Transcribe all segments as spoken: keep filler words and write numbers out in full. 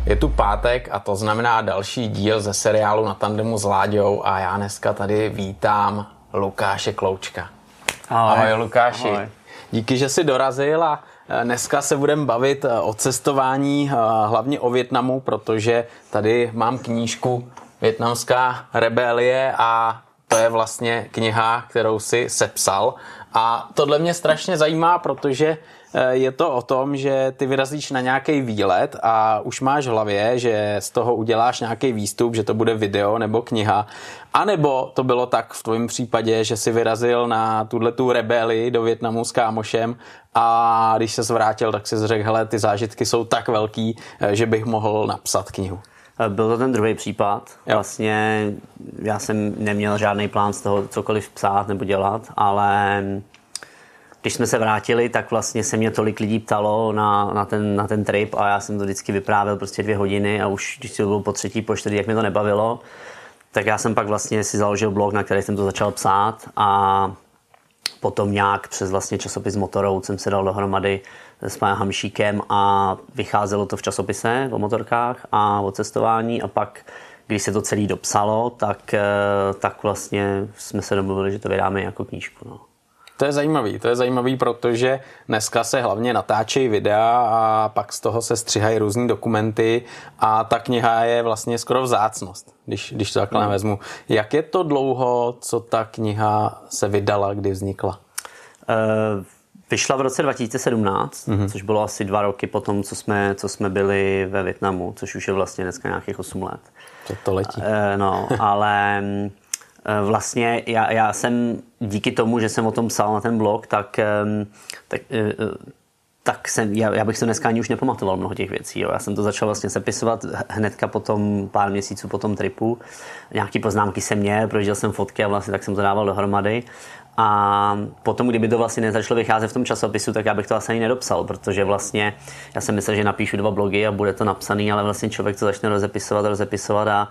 Je tu pátek a to znamená další díl ze seriálu Na tandemu s Láďou a já dneska tady vítám Lukáše Kloučka. Ahoj. Ahoj Lukáši. Ahoj. Díky, že jsi dorazil a dneska se budeme bavit o cestování, hlavně o Vietnamu, protože tady mám knížku Vietnamská rebelie a to je vlastně kniha, kterou si sepsal. A tohle mě strašně zajímá, protože je to o tom, že ty vyrazíš na nějaký výlet a už máš v hlavě, že z toho uděláš nějaký výstup, že to bude video nebo kniha. A nebo to bylo tak v tvém případě, že jsi vyrazil na tuhletu rebelii do Vietnamu s kámošem a když se zvrátil, tak si řekl, hele, ty zážitky jsou tak velký, že bych mohl napsat knihu. Byl to ten druhý případ. Jo. Vlastně já jsem neměl žádný plán z toho cokoliv psát nebo dělat, ale když jsme se vrátili, tak vlastně se mě tolik lidí ptalo na, na, ten, na ten trip a já jsem to vždycky vyprávěl prostě dvě hodiny a už když to bylo po třetí, po čtvrtý, jak mi to nebavilo, tak já jsem pak vlastně si založil blog, na který jsem to začal psát a potom nějak přes vlastně časopis Motorou jsem se dal dohromady s panem Hamšíkem a vycházelo to v časopise o motorkách a o cestování a pak, když se to celé dopsalo, tak, tak vlastně jsme se domluvili, že to vydáme jako knížku. No. To je zajímavý, to je zajímavý, protože dneska se hlavně natáčejí videa a pak z toho se střihají různý dokumenty a ta kniha je vlastně skoro vzácnost, když, když to takhle no. vezmu. Jak je to dlouho, co ta kniha se vydala, kdy vznikla? Uh, vyšla v roce dva tisíce sedmnáct, mm-hmm. což bylo asi dva roky po tom, co jsme, co jsme byli ve Vietnamu, což už je vlastně dneska nějakých osm let. To to letí. Uh, no, ale vlastně já, já jsem díky tomu, že jsem o tom psal na ten blog, tak, tak, tak jsem, já, já bych se dneska ani už nepamatoval mnoho těch věcí. Jo. Já jsem to začal vlastně sepisovat hnedka potom, pár měsíců po tom tripu. Nějaký poznámky jsem měl, projížděl jsem fotky a vlastně tak jsem to dával dohromady. A potom, kdyby to vlastně nezačalo vycházet v tom časopisu, tak já bych to asi ani nedopsal, protože vlastně já jsem myslel, že napíšu dva blogy a bude to napsaný, ale vlastně člověk to začne rozepisovat, rozepisovat a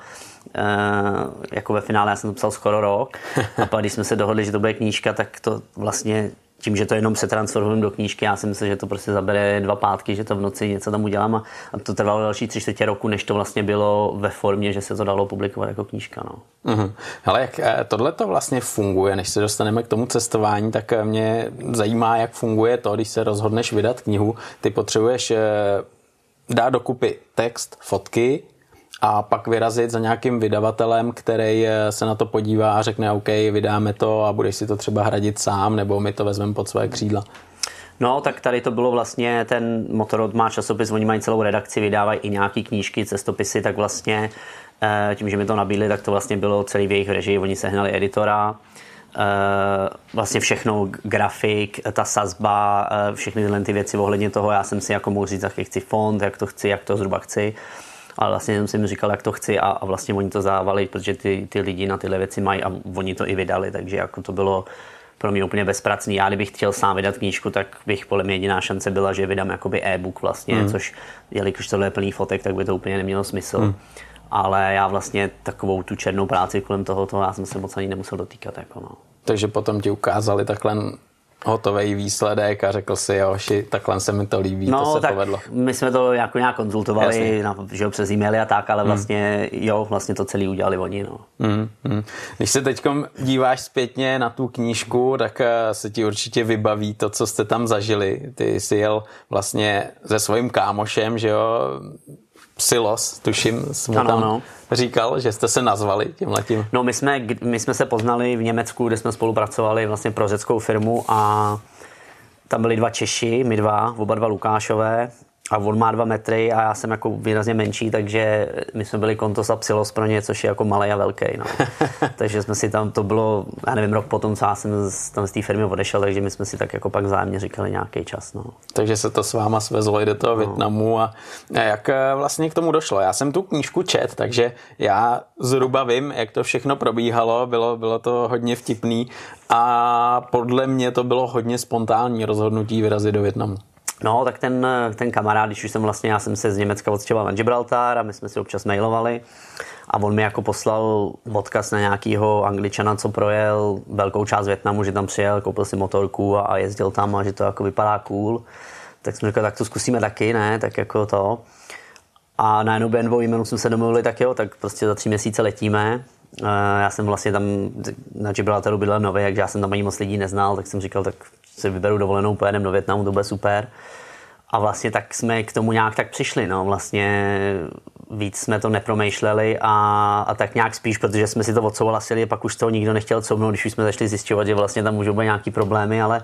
Uh, jako ve finále já jsem to psal skoro rok a pak když jsme se dohodli, že to bude knížka, tak to vlastně tím, že to jenom se transformujeme do knížky, já si myslím, že to prostě zabere dva pátky, že to v noci něco tam udělám a, a to trvalo další tři čtvrtě roku, než to vlastně bylo ve formě, že se to dalo publikovat jako knížka. No. Uh-huh. Hele, jak tohle to vlastně funguje, než se dostaneme k tomu cestování, tak mě zajímá, jak funguje to, když se rozhodneš vydat knihu. Ty potřebuješ dát dokupy text, fotky, a pak vyrazit za nějakým vydavatelem, který se na to podívá a řekne OK, vydáme to a budeš si to třeba hradit sám, nebo my to vezmeme pod své křídla. No, tak tady to bylo vlastně, ten Motorod má časopis, oni mají celou redakci, vydávají i nějaký knížky, cestopisy, tak vlastně tím, že mi to nabídli, tak to vlastně bylo celý v jejich režii, oni sehnali editora, vlastně všechno, grafik, ta sazba, všechny tyhle ty věci ohledně toho, já jsem si jako mohl říct, jaký chci fond, jak to chci, jak to zhruba chci. Ale vlastně jsem jim říkal, jak to chci a, a vlastně oni to zadávali, protože ty, ty lidi na tyhle věci mají a oni to i vydali, takže jako to bylo pro mě úplně bezpracný. Já kdybych chtěl sám vydat knížku, tak bych podle mě jediná šance byla, že vydám jakoby e-book vlastně, mm. což jelikož tohle je plný fotek, tak by to úplně nemělo smysl. Mm. Ale já vlastně takovou tu černou práci kolem tohoto, já jsem se moc ani nemusel dotýkat. Jako no. Takže potom ti ukázali takhle hotový výsledek a řekl si, joši, takhle se mi to líbí, no, to se tak povedlo. My jsme to jako nějak konzultovali na, že jo, přes e-maily a tak, ale vlastně hmm. jo, vlastně to celý udělali oni. No. Hmm, hmm. Když se teď díváš zpětně na tu knížku, tak se ti určitě vybaví to, co jste tam zažili. Ty jsi jel vlastně se svým kámošem, že jo, Silos, tuším, jsem ano, tam no. říkal, že jste se nazvali tímhletím. No my jsme, my jsme se poznali v Německu, kde jsme spolupracovali vlastně pro řeckou firmu a tam byli dva Češi, my dva, oba dva Lukášové a on má dva metry a já jsem jako výrazně menší, takže my jsme byli Kontos a Psilos pro ně, což je jako malej a velký. No. Takže jsme si tam, to bylo, já nevím, rok potom, co já jsem z, tam z té firmy odešel, takže my jsme si tak jako pak vzájemně říkali nějaký čas. No. Takže se to s váma svezlo i do toho no. Vietnamu a jak vlastně k tomu došlo? Já jsem tu knížku čet, takže já zhruba vím, jak to všechno probíhalo, bylo, bylo to hodně vtipný a podle mě to bylo hodně spontánní rozhodnutí vyrazit do Vietnamu. No, tak ten, ten kamarád, když už jsem vlastně, já jsem se z Německa odstěhoval na Gibraltar a my jsme si občas mailovali a on mi jako poslal odkaz na nějakýho Angličana, co projel velkou část Vietnamu, že tam přijel, koupil si motorku a, a jezdil tam a že to jako vypadá cool. Tak jsem říkal, tak to zkusíme taky, ne, tak jako to. A najednou během dvou jmenů jsme se domluvili, tak jo, tak prostě za tři měsíce letíme. Já jsem vlastně tam na Gibraltaru bydlel nový, takže já jsem tam ani moc lidí neznal, tak jsem říkal, tak si vyberu dovolenou, pojedeme do Vietnamu, to bude super. A vlastně tak jsme k tomu nějak tak přišli, no, vlastně víc jsme to nepromýšleli a, a tak nějak spíš, protože jsme si to odsouhlasili a pak už toho nikdo nechtěl couvnout, když už jsme začali zjišťovat, že vlastně tam můžou být nějaký problémy, ale,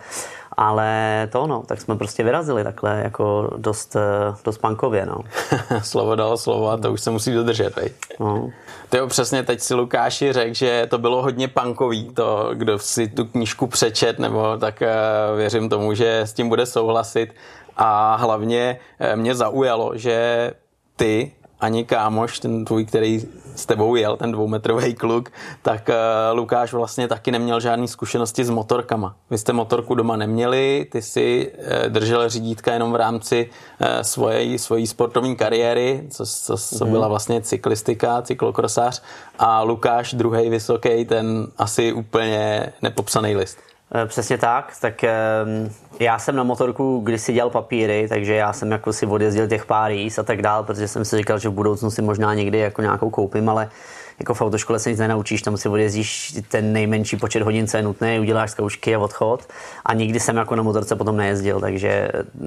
ale to no, tak jsme prostě vyrazili takhle jako dost, dost punkově, no. Slovo dalo slovo a to už se musí dodržet, vej. No. To jo, přesně teď si Lukáši řekl, že to bylo hodně punkový, to, kdo si tu knížku přečet, nebo tak věřím tomu, že s tím bude souhlasit. A hlavně mě zaujalo, že ty, ani kámoš, ten tvůj, který s tebou jel, ten dvoumetrový kluk, tak Lukáš vlastně taky neměl žádný zkušenosti s motorkama. Vy jste motorku doma neměli, ty si držel řídítka jenom v rámci svojí, svojí sportovní kariéry, co, co, co byla vlastně cyklistika, cyklokrosář, a Lukáš, druhej vysoký, ten asi úplně nepopsaný list. Přesně tak, tak já jsem na motorku kdysi dělal papíry, takže já jsem jako si odjezdil těch pár jízd a tak dál, protože jsem si říkal, že v budoucnu si možná někdy jako nějakou koupím, ale jako v autoškole se nic nenaučíš, tam si odjezdíš ten nejmenší počet hodin, co je nutné, uděláš zkoušky a odchod a nikdy jsem jako na motorce potom nejezdil, takže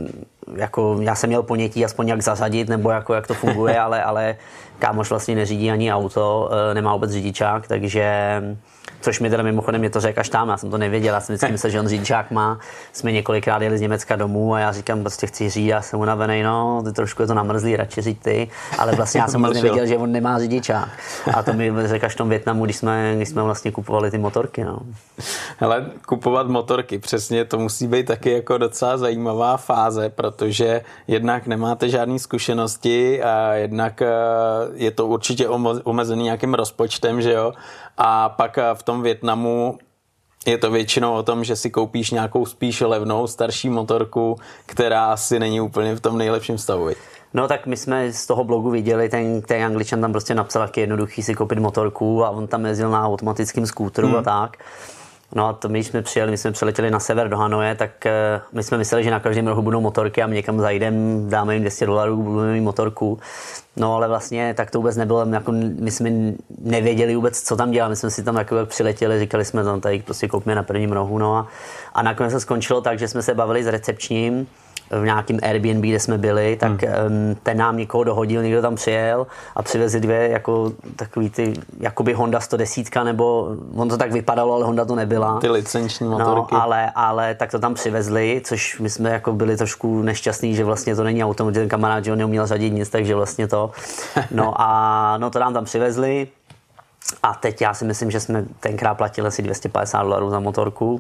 jako já jsem měl ponětí aspoň jak zařadit nebo jako jak to funguje, ale, ale kámoš vlastně neřídí ani auto, nemá vůbec řidičák, takže což mi teda mimochodem mě to řekl až tam, já jsem to nevěděl, já jsem vždycky myslel, že on řidičák má, jsme několikrát jeli z Německa domů a já říkám, prostě chci řídit, já jsem unavený, no, ty trošku je to namrzlý, radši říď ty, ale vlastně já jsem moc nevěděl, že on nemá řidičák. A to mi řekl až v tom Vietnamu, když jsme, když jsme vlastně kupovali ty motorky, no. Hele, kupovat motorky, přesně, to musí být taky jako docela zajímavá fáze, protože jednak nemáte žádné zkušenosti a jednak je to určitě omezený nějakým rozpočtem, že jo, a pak v tom Vietnamu je to většinou o tom, že si koupíš nějakou spíš levnou, starší motorku, která asi není úplně v tom nejlepším stavu. No tak my jsme z toho blogu viděli, ten, ten Angličan tam prostě napsal, jak je jednoduchý si koupit motorku a on tam jezdil na automatickém skútru hmm. a tak. No a to my jsme přijeli, my jsme přiletěli na sever do Hanoje, tak uh, my jsme mysleli, že na každém rohu budou motorky a my někam zajdeme, dáme jim dvě stě dolarů, budeme mít motorku. No ale vlastně tak to vůbec nebylo, jako my jsme nevěděli vůbec, co tam dělat, my jsme si tam jako přiletěli, říkali jsme tam tady prostě koupíme na prvním rohu, no a, a nakonec se skončilo tak, že jsme se bavili s recepčním v nějakém Airbnb, kde jsme byli, tak hmm. ten nám někoho dohodil, někdo tam přijel a přivezli dvě jako takový ty, jakoby Honda sto deset, nebo on to tak vypadalo, ale Honda to nebyla. Ty licenční motorky. No, ale, ale tak to tam přivezli, což my jsme jako byli trošku nešťastní, že vlastně to není auto, že ten kamarád, že on neuměl řadit nic, takže vlastně to. No a no to nám tam přivezli a teď já si myslím, že jsme tenkrát platili asi dvě stě padesát dolarů za motorku.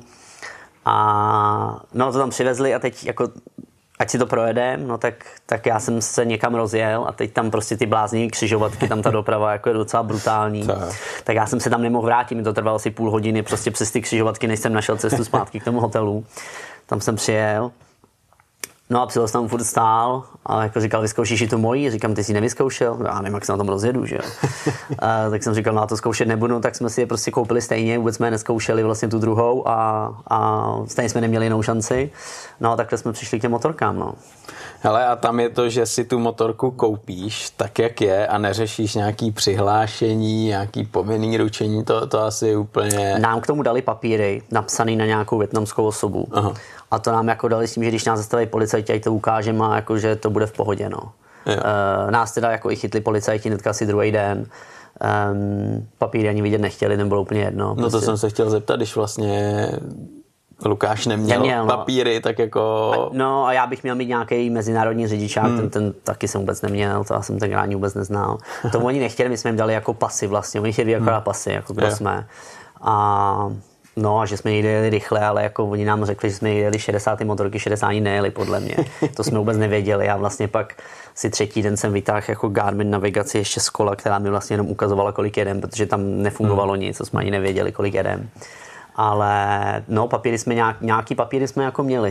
A no to tam přivezli a teď jako ať si to projedem, no tak, tak já jsem se někam rozjel a teď tam prostě ty blázní křižovatky, tam ta doprava jako je docela brutální. Tak já jsem se tam nemohl vrátit, mi to trvalo asi půl hodiny prostě přes ty křižovatky, než jsem našel cestu zpátky k tomu hotelu. Tam jsem přijel. No a Přilos tam furt stál a jako říkal, vyzkoušíš i tu mojí? Říkám, ty jsi nevyzkoušel? Já nevím, jak se na tom rozjedu, že jo. A, tak jsem říkal, no a to zkoušet nebudu, tak jsme si je prostě koupili stejně, vůbec jsme je neskoušeli vlastně tu druhou a, a stejně jsme neměli jinou šanci. No a takhle jsme přišli k těm motorkám, no. Hele, a tam je to, že si tu motorku koupíš tak, jak je a neřešíš nějaký přihlášení, nějaký povinný ručení, to, to asi je úplně... Nám k tomu dali papíry napsaný na nějakou vietnamskou osobu. Aha. A to nám jako dali s tím, že když nás zastaví policajti, ať to ukážeme a jako, že to bude v pohodě, no. E, nás teda jako i chytli policajti hnedka asi druhý den. Um, papíry ani vidět nechtěli, nebylo úplně jedno. No prostě. To jsem se chtěl zeptat, když vlastně Lukáš neměl, neměl papíry, no. Tak jako... A, no a já bych měl mít nějaký mezinárodní řidičák, hmm. ten, ten taky jsem vůbec neměl, to já jsem ten ani vůbec neznal. To oni nechtěli, my jsme jim dali jako pasy vlastně, oni chtěli jako hmm. pasy, jako kdo yeah. jsme. A no a že jsme jeli rychle, ale jako oni nám řekli, že jsme jeli šedesát motorky, šedesát ani nejeli podle mě. To jsme vůbec nevěděli a vlastně pak si třetí den jsem vytáhl jako Garmin navigaci ještě z kola, která mi vlastně jenom ukazovala, kolik jedem, protože tam nefungovalo hmm. nic, to jsme ani nevěděli, kolik jedem. Ale no, papíry jsme nějak, nějaký papíry jsme jako měli.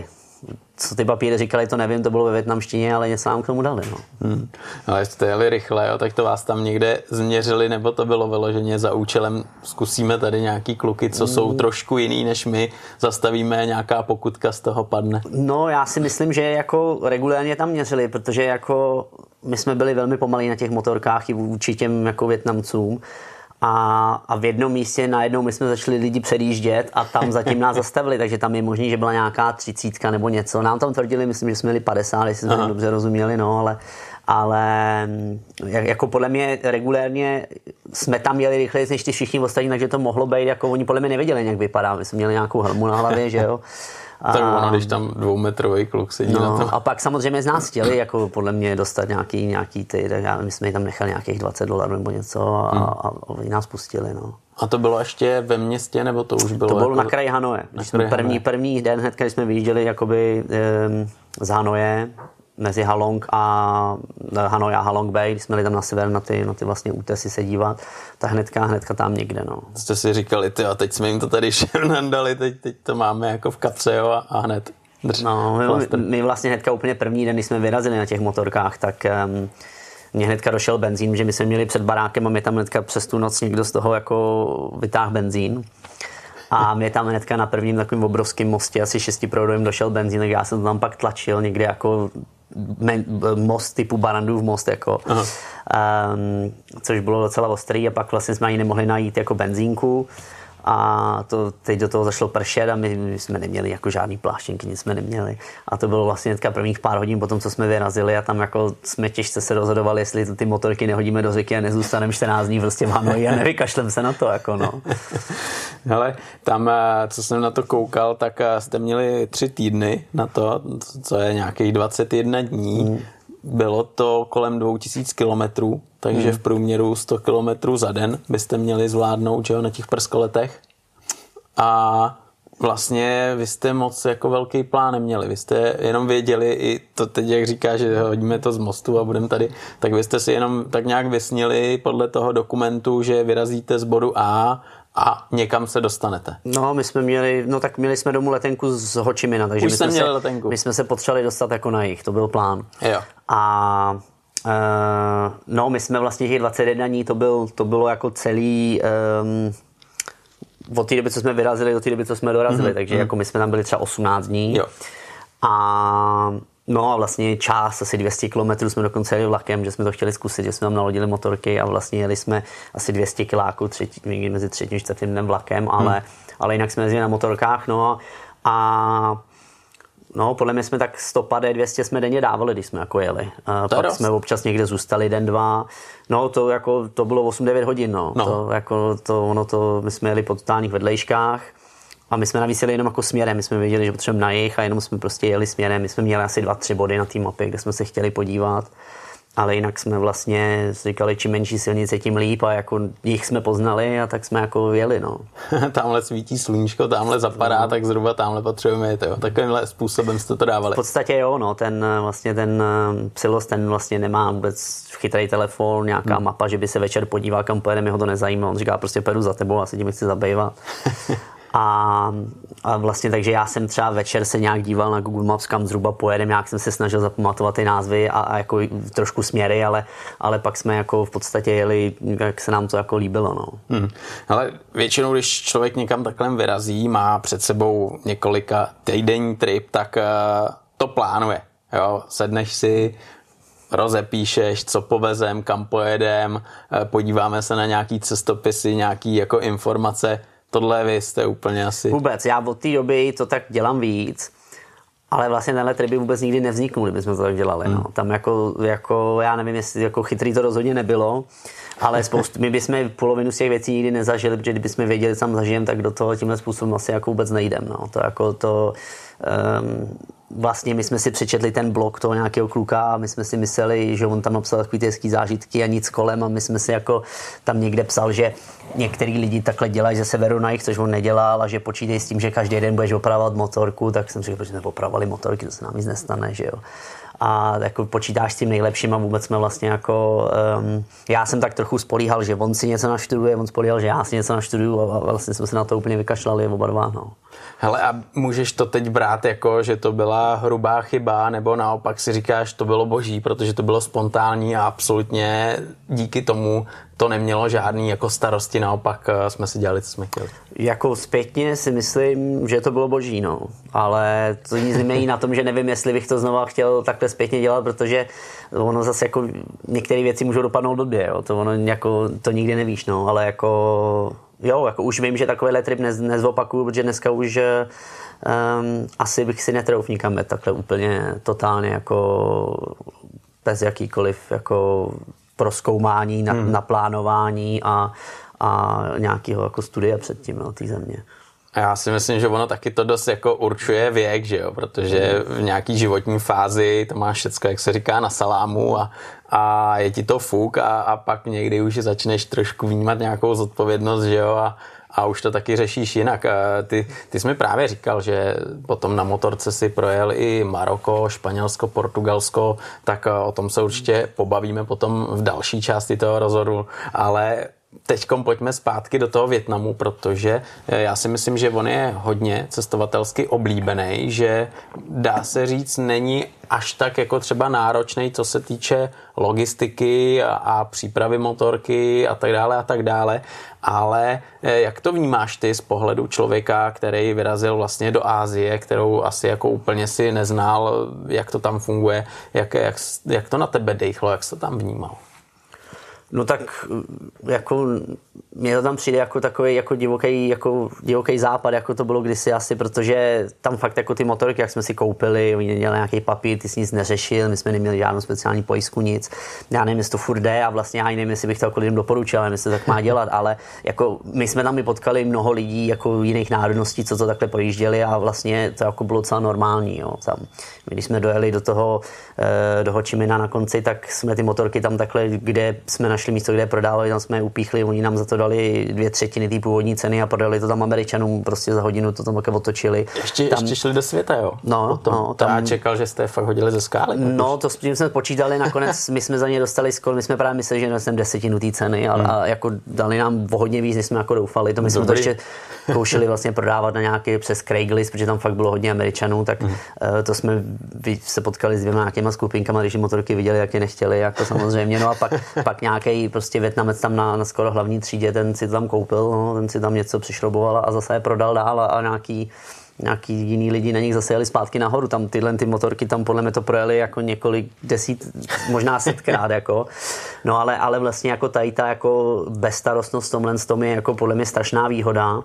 co ty papíry říkali, to nevím, to bylo ve vietnamštině, ale něco nám k tomu dali. No. Hmm. Ale jestli jste jeli rychle, jo, tak to vás tam někde změřili, nebo to bylo vyloženě za účelem, zkusíme tady nějaký kluky, co jsou trošku jiný než my, zastavíme, nějaká pokutka z toho padne? No, já si myslím, že jako regulérně tam měřili, protože jako my jsme byli velmi pomalí na těch motorkách i vůči těm jako Vietnamcům. A, a v jednom místě najednou my jsme začali lidi předjíždět a tam zatím nás zastavili, takže tam je možný, že byla nějaká třicítka nebo něco. Nám tam tvrdili, myslím, že jsme měli padesát, jestli jsme dobře rozuměli, no, ale, ale jako podle mě regulérně jsme tam jeli rychleji než ty všichni ostatní, takže to mohlo být, jako oni podle mě nevěděli, jak vypadá. My jsme měli nějakou helmu na hlavě, že jo. Tak ono, když tam dvoumetrový kluk sedí no, na tom. A pak samozřejmě z nás chtěli jako podle mě dostat nějaký, nějaký ty, tak já, my jsme tam nechali nějakých dvacet dolarů nebo něco a, hmm. a, a oni nás pustili. No. A to bylo ještě ve městě, nebo to už bylo? To bylo jako... na kraji Hanoje. Když jsme první, první den hned, když jsme vyjížděli jakoby, um, z Hanoje, mezi Halong a Hanoi a Halong Bay, když jsme jeli tam na sever na ty, na ty vlastně útesy se dívat, tak hnedka, hnedka tam někde. No. Jste si říkali, ty a teď jsme jim to tady všem nandali, teď, teď to máme jako v kapse, jo, a, a hned. Drž, no, my, my vlastně hnedka úplně první den, když jsme vyrazili na těch motorkách, tak um, mně hnedka došel benzín, že my jsme měli před barákem a mě tam hnedka přes tu noc někdo z toho jako vytáhl benzín. A mě tam hnedka na prvním takovým obrovském mostě, asi šestiproudovým, došel benzín, tak já jsem to tam pak tlačil někde jako most typu Barandův most, jako, um, což bylo docela ostrý a pak vlastně jsme ani nemohli najít jako benzínku a to, teď do toho zašlo pršet a my, my jsme neměli jako žádný pláštěnky, nic jsme neměli a to bylo vlastně hnedka prvních pár hodin potom, co jsme vyrazili a tam jako jsme těžce se rozhodovali, jestli ty motorky nehodíme do řeky a nezůstaneme čtrnáct dní prostě v Hanoji a nevykašlem se na to, jako no. Hele, tam, co jsem na to koukal, tak jste měli tři týdny na to, co je nějakých dvacet jedna dní. Hmm. Bylo to kolem dvou tisíc kilometrů, takže hmm. v průměru sto kilometrů za den byste měli zvládnout, že jo, na těch prskoletech. A vlastně vy jste moc jako velký plán neměli. Vy jste jenom věděli, i to teď, jak říká, že hodíme to z mostu a budeme tady, tak vy jste si jenom tak nějak vysnili podle toho dokumentu, že vyrazíte z bodu A a někam se dostanete. No, my jsme měli, no tak měli jsme domů letenku z Ho Chi Minha, takže Už my jsme, jsme, měli se, letenku. my jsme se potřebovali dostat jako na jih, to byl plán. Jo. A uh, no, my jsme vlastně těch dvacet jedna dní, to, byl, to bylo jako celý um, od té doby, co jsme vyrazili, do té doby, co jsme dorazili, mm-hmm. takže mm-hmm. jako my jsme tam byli třeba osmnáct dní. Jo. A no a vlastně část, asi dvě stě kilometrů jsme dokonce jeli vlakem, že jsme to chtěli zkusit, že jsme tam nalodili motorky a vlastně jeli jsme asi dvě stě kiláků třetí, mezi třetím a čtvrtým dnem vlakem, ale, hmm. ale jinak jsme jezdili na motorkách, no a no podle mě jsme tak sto padesát dvě stě jsme denně dávali, když jsme jako jeli. A pak rost. Jsme občas někde zůstali den, dva, no to jako, to bylo osm devět hodin, no. no. To jako, to, ono to, my jsme jeli po totálních vedlejškách. A my jsme navíc jeli jenom jako směrem, my jsme věděli, že potřebujeme na jih a jenom jsme prostě jeli směrem. My jsme měli asi dva, tři body na té mapě, kde jsme se chtěli podívat, ale jinak jsme vlastně říkali, čím menší silnice, tím líp a jako jich jsme poznali a tak jsme jako jeli, no. Tamhle svítí sluníčko, tamhle zapadá, no. Tak zhruba tamhle potřebujeme jet, jo. Takovýmhle způsobem jste to dávali. V podstatě jo, no, ten vlastně ten Psilos, ten vlastně nemá vůbec chytrý telefon, nějaká hmm. mapa, že by se večer podíval, kam pojedeme, ho to nezajímá, on říká prostě peru za tebou a se tím chci zabývat. A, a vlastně takže já jsem třeba večer se nějak díval na Google Maps, kam zhruba pojedem, nějak jsem se snažil zapamatovat ty názvy a, a jako trošku směry, ale, ale pak jsme jako v podstatě jeli, jak se nám to jako líbilo, no. Hmm. Ale většinou, když člověk někam takhle vyrazí, má před sebou několika týdenní trip, tak uh, to plánuje, jo, sedneš si, rozepíšeš, co povezem, kam pojedem, podíváme se na nějaký cestopisy, nějaký jako informace. Tohle vy jste úplně asi... Vůbec, já od té doby to tak dělám víc, ale vlastně tenhle trip by vůbec nikdy nevzniknul, kdybychom to tak dělali. Hmm. No. Tam jako, jako, já nevím, jestli jako chytrý to rozhodně nebylo, ale spoustu, my bychom polovinu z těch věcí nikdy nezažili, protože kdybychom věděli, co tam zažijem, tak do toho tímhle způsobem asi jako vůbec nejdem. No. To jako to... Um, vlastně my jsme si přečetli ten blog toho nějakého kluka a my jsme si mysleli, že on tam napsal takový ty hezký zážitky a nic kolem a my jsme si jako tam někde psal, že některý lidi takhle dělají ze severu na jih, což on nedělal a že počítej s tím, že každý den budeš opravovat motorku, tak jsem říkal, že jsme opravovali motorky, to se nám nic nestane, že jo. a jako počítáš s tím nejlepším a vůbec jsme vlastně jako, um, já jsem tak trochu spolíhal, že on si něco naštuduje, on spolíhal, že já si něco naštuduju a vlastně jsme se na to úplně vykašlali oba dva, no. Hele, a můžeš to teď brát jako, že to byla hrubá chyba, nebo naopak si říkáš, to bylo boží, protože to bylo spontánní a absolutně díky tomu to nemělo žádný jako starosti, naopak jsme si dělali, co jsme chtěli. Jako zpětně si myslím, že to bylo boží, no. Ale to nic nemění na tom, že nevím, jestli bych to znova chtěl takhle zpětně dělat, protože ono zase jako některé věci můžou dopadnout blbě, jo. To ono jako, to nikdy nevíš, no, ale jako jo, jako už vím, že takovýhle trip nez, nezopakuju, protože dneska už um, asi bych si netrouf nikam jet takhle úplně totálně jako bez jakýkoliv jako prozkoumání, na, hmm. naplánování a, a nějakého jako studia předtím, no, té země. A já si myslím, že ono taky to dost jako určuje věk, že jo, protože v nějaký životní fázi to máš všecko, jak se říká, na salámu a, a je ti to fuk a, a pak někdy už začneš trošku vnímat nějakou zodpovědnost, že jo, a, a už to taky řešíš jinak. A ty, ty jsi mi právě říkal, že potom na motorce si projel i Maroko, Španělsko, Portugalsko, tak o tom se určitě pobavíme potom v další části toho rozhodu, ale teďkom pojďme zpátky do toho Vietnamu, protože já si myslím, že on je hodně cestovatelsky oblíbený, že dá se říct, není až tak jako třeba náročný, co se týče logistiky a, a přípravy motorky a tak dále a tak dále, ale jak to vnímáš ty z pohledu člověka, který vyrazil vlastně do Asie, kterou asi jako úplně si neznal, jak to tam funguje, jak, jak, jak to na tebe dejchlo, jak jsi to tam vnímal? No tak jako mně to tam přijde jako takový jako divoký, jako divoký západ, jako to bylo kdysi asi, protože tam fakt jako ty motorky, jak jsme si koupili, oni měli nějaký papír, ty jsi nic neřešil, my jsme neměli žádnou speciální pojistku, nic. Já nevím, jestli to furt jde a vlastně já nevím, jestli bych to jako lidem doporučil, ale jestli to tak má dělat, ale jako my jsme tam i potkali mnoho lidí jako jiných národností, co to takhle pojížděli a vlastně to jako bylo docela normální, jo. Tam, když jsme dojeli do toho do Ho Chi Mina na konci, tak jsme ty motorky tam takhle, kde jsme našli místo, kde je prodávali, tam jsme je upíchli, oni nám za to dali dvě třetiny té původní ceny a prodali to tam Američanům, prostě za hodinu to tam také otočili. Ještě, tam, ještě šli do světa, jo? No, no tam, já čekal, že jste fakt hodili ze skály. No, to s tím jsme počítali, nakonec my jsme za ně dostali skoro, my jsme právě mysleli, že dostaneme desetinu té ceny a, hmm. a jako dali nám o hodně víc, než jsme jako doufali. To my jsme to ještě zkoušeli vlastně prodávat na nějaký přes Craigslist, protože tam fakt bylo hodně Američanů, tak hmm. uh, to jsme se potkali s dvěma nějakýma skupinkama, když motorky viděli, jak je nechtěli, jako samozřejmě. No a pak, pak nějaký prostě Vietnamec tam na, na skoro hlavní třídě, ten si to tam koupil, no, ten si tam něco přišroboval a zase je prodal dál a, a nějaký nějaký jiný lidi na nich zase jeli zpátky nahoru. Tam tyhle ty motorky tam podle mě to projeli jako několik desít, možná setkrát, jako. No ale, ale vlastně jako tady ta jako bezstarostnost v tomhle tom je jako podle mě strašná výhoda,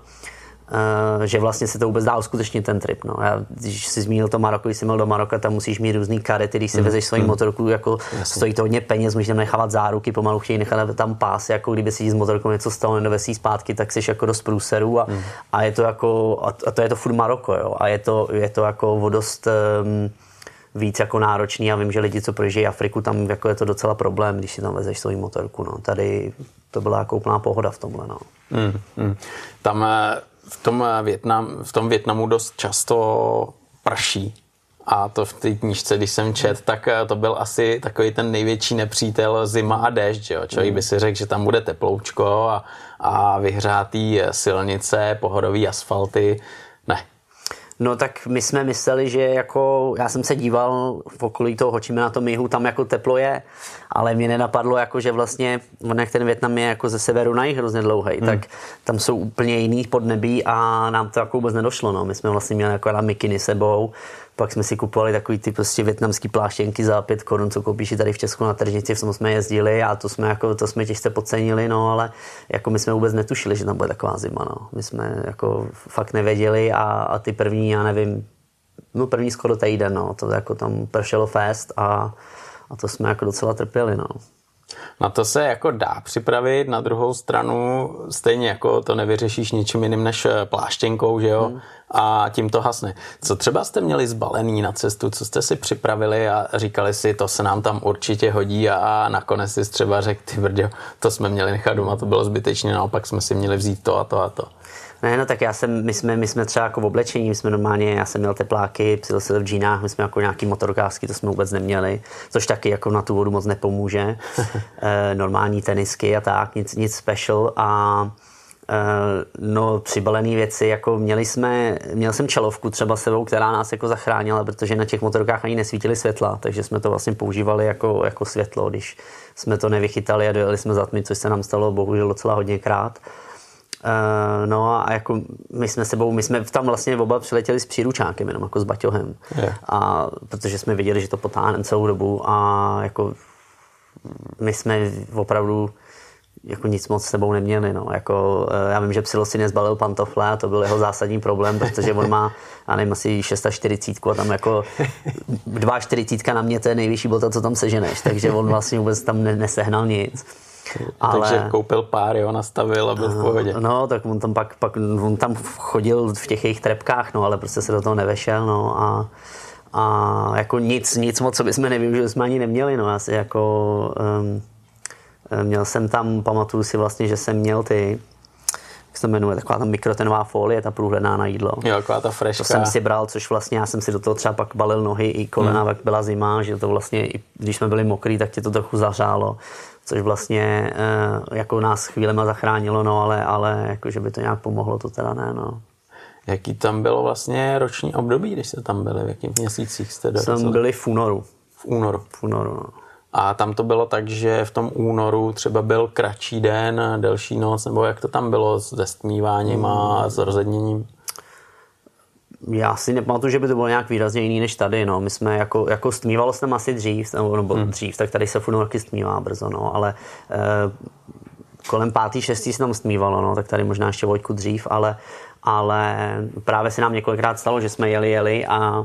Uh, že vlastně se to vůbec dá uskutečnit ten trip. No. Já, když jsi zmínil to Maroko, když jsi měl do Maroka, tam musíš mít různý karety, když si mm. vezeš svoji mm. motorku, jako stojí to hodně peněz, můžeš tam nechávat záruky, pomalu chtějí nechat tam pás, jako kdyby si s motorkou něco stalo, nedovesí zpátky, tak jsi jako dost průserů a, mm. a je to jako, a to je to furt Maroko, jo. A je to, je to jako o dost um, víc jako náročný a vím, že lidi, co projíždějí Afriku, tam jako je to docela problém, když si tam vezeš svoji motorku, no. Tady to byla jako úplná pohoda v tomhle, no. Mm. Mm. Tam V tom, Vietnam, v tom Vietnamu dost často prší. A to v té knížce, když jsem čet, tak to byl asi takový ten největší nepřítel zima a déšť. Jo? Člověk by si řekl, že tam bude teploučko a, a vyhřátý silnice, pohodový asfalty. Ne. No tak my jsme mysleli, že jako, já jsem se díval v okolí toho Ho Chi Minh na tom jihu, tam jako teplo je, ale mě nenapadlo, jako, že vlastně, on jak ten Vietnam je jako ze severu na jih hrozně dlouhý, hmm. tak tam jsou úplně jiný podnebí a nám to jako vůbec nedošlo, no. My jsme vlastně měli jako na mikiny sebou, pak jsme si kupovali takový ty prostě vietnamský pláštěnky za pět korun, co koupíš tady v Česku na tržnici, v tom jsme jezdili a to jsme jako, to jsme těžce podcenili, no, ale jako my jsme vůbec netušili, že tam bude taková zima, no. My jsme jako fakt nevěděli a, a ty první, já nevím, no první skoro týden, no, to jako tam pršelo fest a, a to jsme jako docela trpěli, no. Na to se jako dá připravit, na druhou stranu stejně jako to nevyřešíš ničím jiným než pláštěnkou, že jo, hmm. a tím to hasne. Co třeba jste měli zbalený na cestu, co jste si připravili a říkali si, to se nám tam určitě hodí a nakonec si třeba řekl, ty brďo, to jsme měli nechat doma, to bylo zbytečně, naopak jsme si měli vzít to a to a to. Ne, no tak já jsem, my jsme, my jsme třeba jako v oblečení, my jsme normálně, já jsem měl tepláky, psil se v džínách, my jsme jako nějaký motorkářský, to jsme vůbec neměli, což taky jako na tu vodu moc nepomůže. e, normální tenisky a tak, nic, nic special a e, no přibalený věci, jako měli jsme, měl jsem čelovku třeba sebou, která nás jako zachránila, protože na těch motorkách ani nesvítily světla, takže jsme to vlastně používali jako, jako světlo, když jsme to nevychytali a dojeli jsme za tmy, což se nám stalo bohužel docela hodněkrát. Uh, no a jako my jsme sebou, my jsme tam vlastně oba přiletěli s příručákem, jenom jako s baťohem. Yeah. A protože jsme viděli, že to potáhneme celou dobu a jako my jsme opravdu jako nic moc s sebou neměli, no. Jako, uh, já vím, že Psylo si nezbalil pantofle a to byl jeho zásadní problém, protože on má, já nevím, asi čtyřicet šest a tam jako čtyřicet dva na mě, to je nejvyšší bota, co tam seženeš, takže on vlastně vůbec tam ne- nesehnal nic. Ale... Takže koupil pár, jo, nastavil a byl v pohodě. No, tak on tam pak, pak on tam chodil v těch jejich trepkách, no, ale prostě se do toho nevešel, no a, a jako nic, nic moc, co bychom nevyužili, jsme ani neměli, no, asi jako um, měl jsem tam, pamatuju si vlastně, že jsem měl ty, jak se to jmenuje, taková ta mikrotenová folie, ta průhledná na jídlo. Jo, taková ta freška. To jsem si bral, což vlastně já jsem si do toho třeba pak balil nohy i kolena, hmm. byla zima, že to vlastně, když jsme byli mokrý, tak tě to trochu zahřálo. Což vlastně e, jako nás chvílema zachránilo, no, ale, ale jako, že by to nějak pomohlo, to teda ne, no. Jaký tam bylo vlastně roční období, když jste tam byli? V jakých měsících jste dorazili? Jsem byli v únoru. V únoru? V únoru, no. A tam to bylo tak, že v tom únoru třeba byl kratší den, delší noc, nebo jak to tam bylo s stmíváním a s rozedněním? Já si nepamatuju, že by to bylo nějak výrazně jiný než tady, no. My jsme jako, jako stmívalo se tam asi dřív, nebo hmm. dřív, tak tady se furt taky stmívá brzo, no, ale eh, kolem pátý, šestý se tam stmívalo, no, tak tady možná ještě vojku dřív, ale, ale právě se nám několikrát stalo, že jsme jeli, jeli a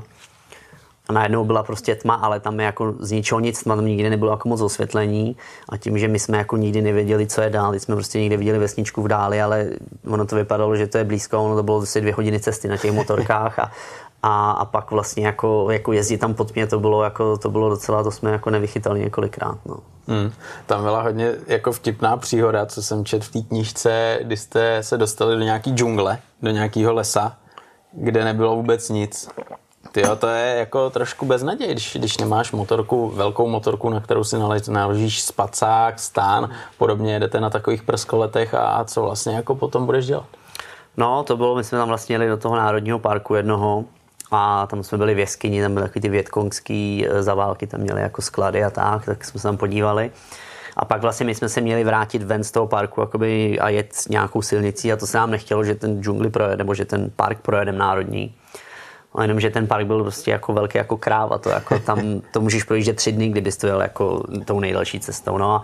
A najednou byla prostě tma, ale tam je jako z ničeho nic, tma, tam nikdy nebylo jako moc osvětlení a tím, že my jsme jako nikdy nevěděli, co je dál, jsme prostě někde viděli vesničku v dáli, ale ono to vypadalo, že to je blízko, ono to bylo asi dvě hodiny cesty na těch motorkách a, a, a pak vlastně jako, jako jezdit tam pod mě, to bylo, jako, to bylo docela, to jsme jako nevychytali několikrát. No. Hmm. Tam byla hodně jako vtipná příhoda, co jsem četl v té knížce, kdy jste se dostali do nějaký džungle, do nějakého lesa, kde nebylo vůbec nic. Tyjo, to je jako trošku beznaděj, když, když nemáš motorku, velkou motorku, na kterou si naložíš spacák, stán, podobně jedete na takových prskoletech a co vlastně jako potom budeš dělat? No, to bylo, my jsme tam vlastně jeli do toho národního parku jednoho a tam jsme byli v jeskyni, tam byly takový ty větkongský zaválky, tam měli jako sklady a tak, tak jsme se tam podívali. A pak vlastně my jsme se měli vrátit ven z toho parku jakoby, a jet nějakou silnicí a to se nám nechtělo, že ten džungli projede, nebo že ten park projedem národní. A jenom, že ten park byl prostě jako velký jako kráva, to jako tam to můžeš projíždět tři dny, kdybys to jel jako tou nejdelší cestou, no.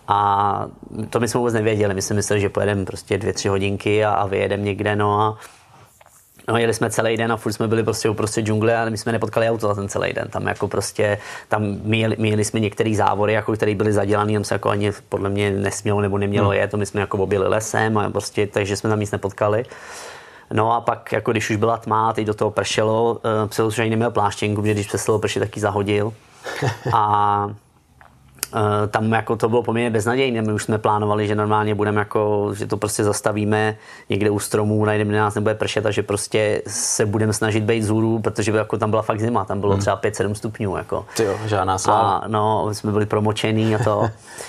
A to my jsme vůbec nevěděli, my jsme mysleli, že pojedeme prostě dvě, tři hodinky a, a vyjedeme někde, no a no, jeli jsme celý den a furt jsme byli prostě uprostřed džungle, ale my jsme nepotkali auto za ten celý den, tam jako prostě, tam měli, měli jsme některé závory, jako, které byly zadělané, tam se jako ani podle mě nesmělo nebo nemělo hmm. jet, to my jsme jako objeli lesem a prostě, takže jsme tam nic nepotkali. No a pak, jako když už byla tma, teď do toho pršelo, uh, Psylo už ani neměl pláštěnku, protože když přestalo pršet, taky zahodil. A uh, tam jako to bylo poměrně beznadějné. My už jsme plánovali, že normálně budeme jako, že to prostě zastavíme někde u stromů, najdeme, kde nás nebude pršet a že prostě se budeme snažit být vzhůru, protože jako tam byla fakt zima, tam bylo hmm. třeba pět sedm stupňů. Jako. Tyjo, žádná sláva. A no, jsme byli promočený a to.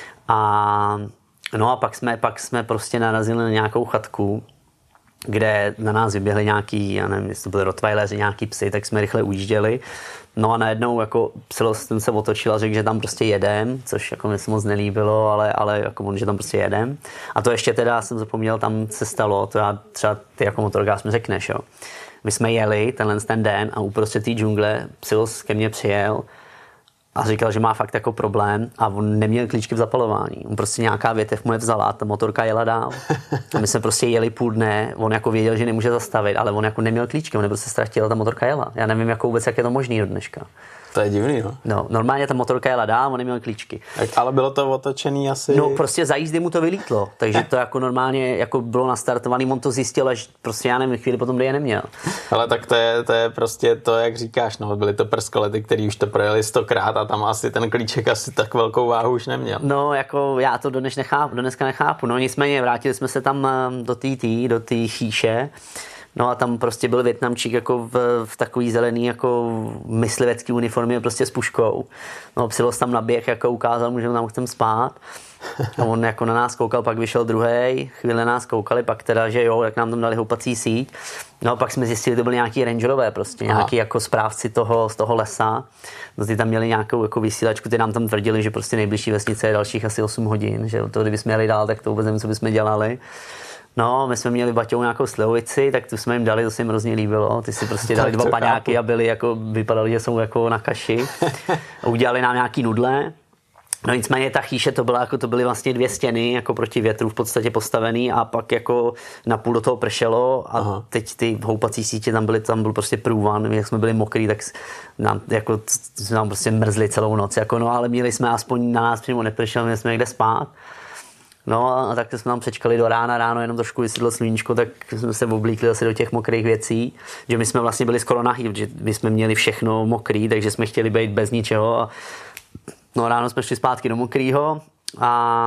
A no a pak jsme, pak jsme prostě narazili na nějakou chatku, kde na nás vyběhli nějaký, já nevím, jestli to byli rottweileři, nějaký psy, tak jsme rychle ujížděli. No a najednou jako Psylo jsem se otočil a řekl, že tam prostě jedem, což jako mi se moc nelíbilo, ale, ale jako on, že tam prostě jedem. A to ještě teda jsem zapomněl, tam se stalo, to já třeba ty jako motorkář mi řekneš, jo. My jsme jeli tenhle ten den a uprostřed té džungle Psylo ke mně přijel a říkal, že má fakt jako problém a on neměl klíčky v zapalování. On prostě nějaká větev mu nevzala a ta motorka jela dál. A my jsme prostě jeli půl dne, on jako věděl, že nemůže zastavit, ale on jako neměl klíčky, on prostě ztratil a ta motorka jela. Já nevím, jako vůbec, jak je to možný do dneška. To je divný, no. No, normálně ta motorka jela dál, on neměl klíčky. Tak, ale bylo to otočený asi... No, prostě za jízdy mu to vylítlo, takže to jako normálně jako bylo nastartovaný, on to zjistil, až prostě já nevím, chvíli potom, kdy je neměl. Ale tak to je, to je prostě to, jak říkáš, no, byly to prskolety, který už to projeli stokrát a tam asi ten klíček asi tak velkou váhu už neměl. No, jako já to dodnes nechápu, do dneska nechápu, no nicméně vrátili jsme se tam do té tý, do té chýše. No a tam prostě byl Vietnamčík jako v, v takový zelený jako myslivecký uniformě prostě s puškou. No přiloz tam na běh, jako ukázal mu, že tam chcem spát. A on jako na nás koukal, pak vyšel druhej, chvíli na nás koukali, pak teda, že jo, tak nám tam dali houpací síť. No a pak jsme zjistili, že to byly nějaký rangerové prostě, Aha. nějaký jako správci toho, z toho lesa. No ty tam měli nějakou jako vysílačku, ty nám tam tvrdili, že prostě nejbližší vesnice je dalších asi osm hodin, že to kdybychom jeli dál, tak to vůbec nevím, co bychom dělali. No, my jsme měli v Baťou nějakou slivovici, tak tu jsme jim dali, to se jim hrozně líbilo. Ty si prostě dali dva paňáky a byli jako, vypadali, že jsou jako na kaši. A udělali nám nějaký nudle. No nicméně ta chýše to byla jako to byly vlastně dvě stěny jako proti větru v podstatě postavený a pak jako na půl do toho pršelo a Aha. teď ty houpací sítě tam byly, tam byl prostě průvan, jak jsme byli mokrý, tak nám jako nám prostě mrzli celou noc jako no, ale měli jsme aspoň na nás přímo nepršelo, měli jsme někde spát. No a tak jsme tam přečkali do rána, ráno jenom trošku vysvětlo sluníčko, tak jsme se oblíkli zase do těch mokrých věcí, že my jsme vlastně byli skoro nahý, protože my jsme měli všechno mokrý, takže jsme chtěli být bez ničeho a no ráno jsme šli zpátky do mokrýho a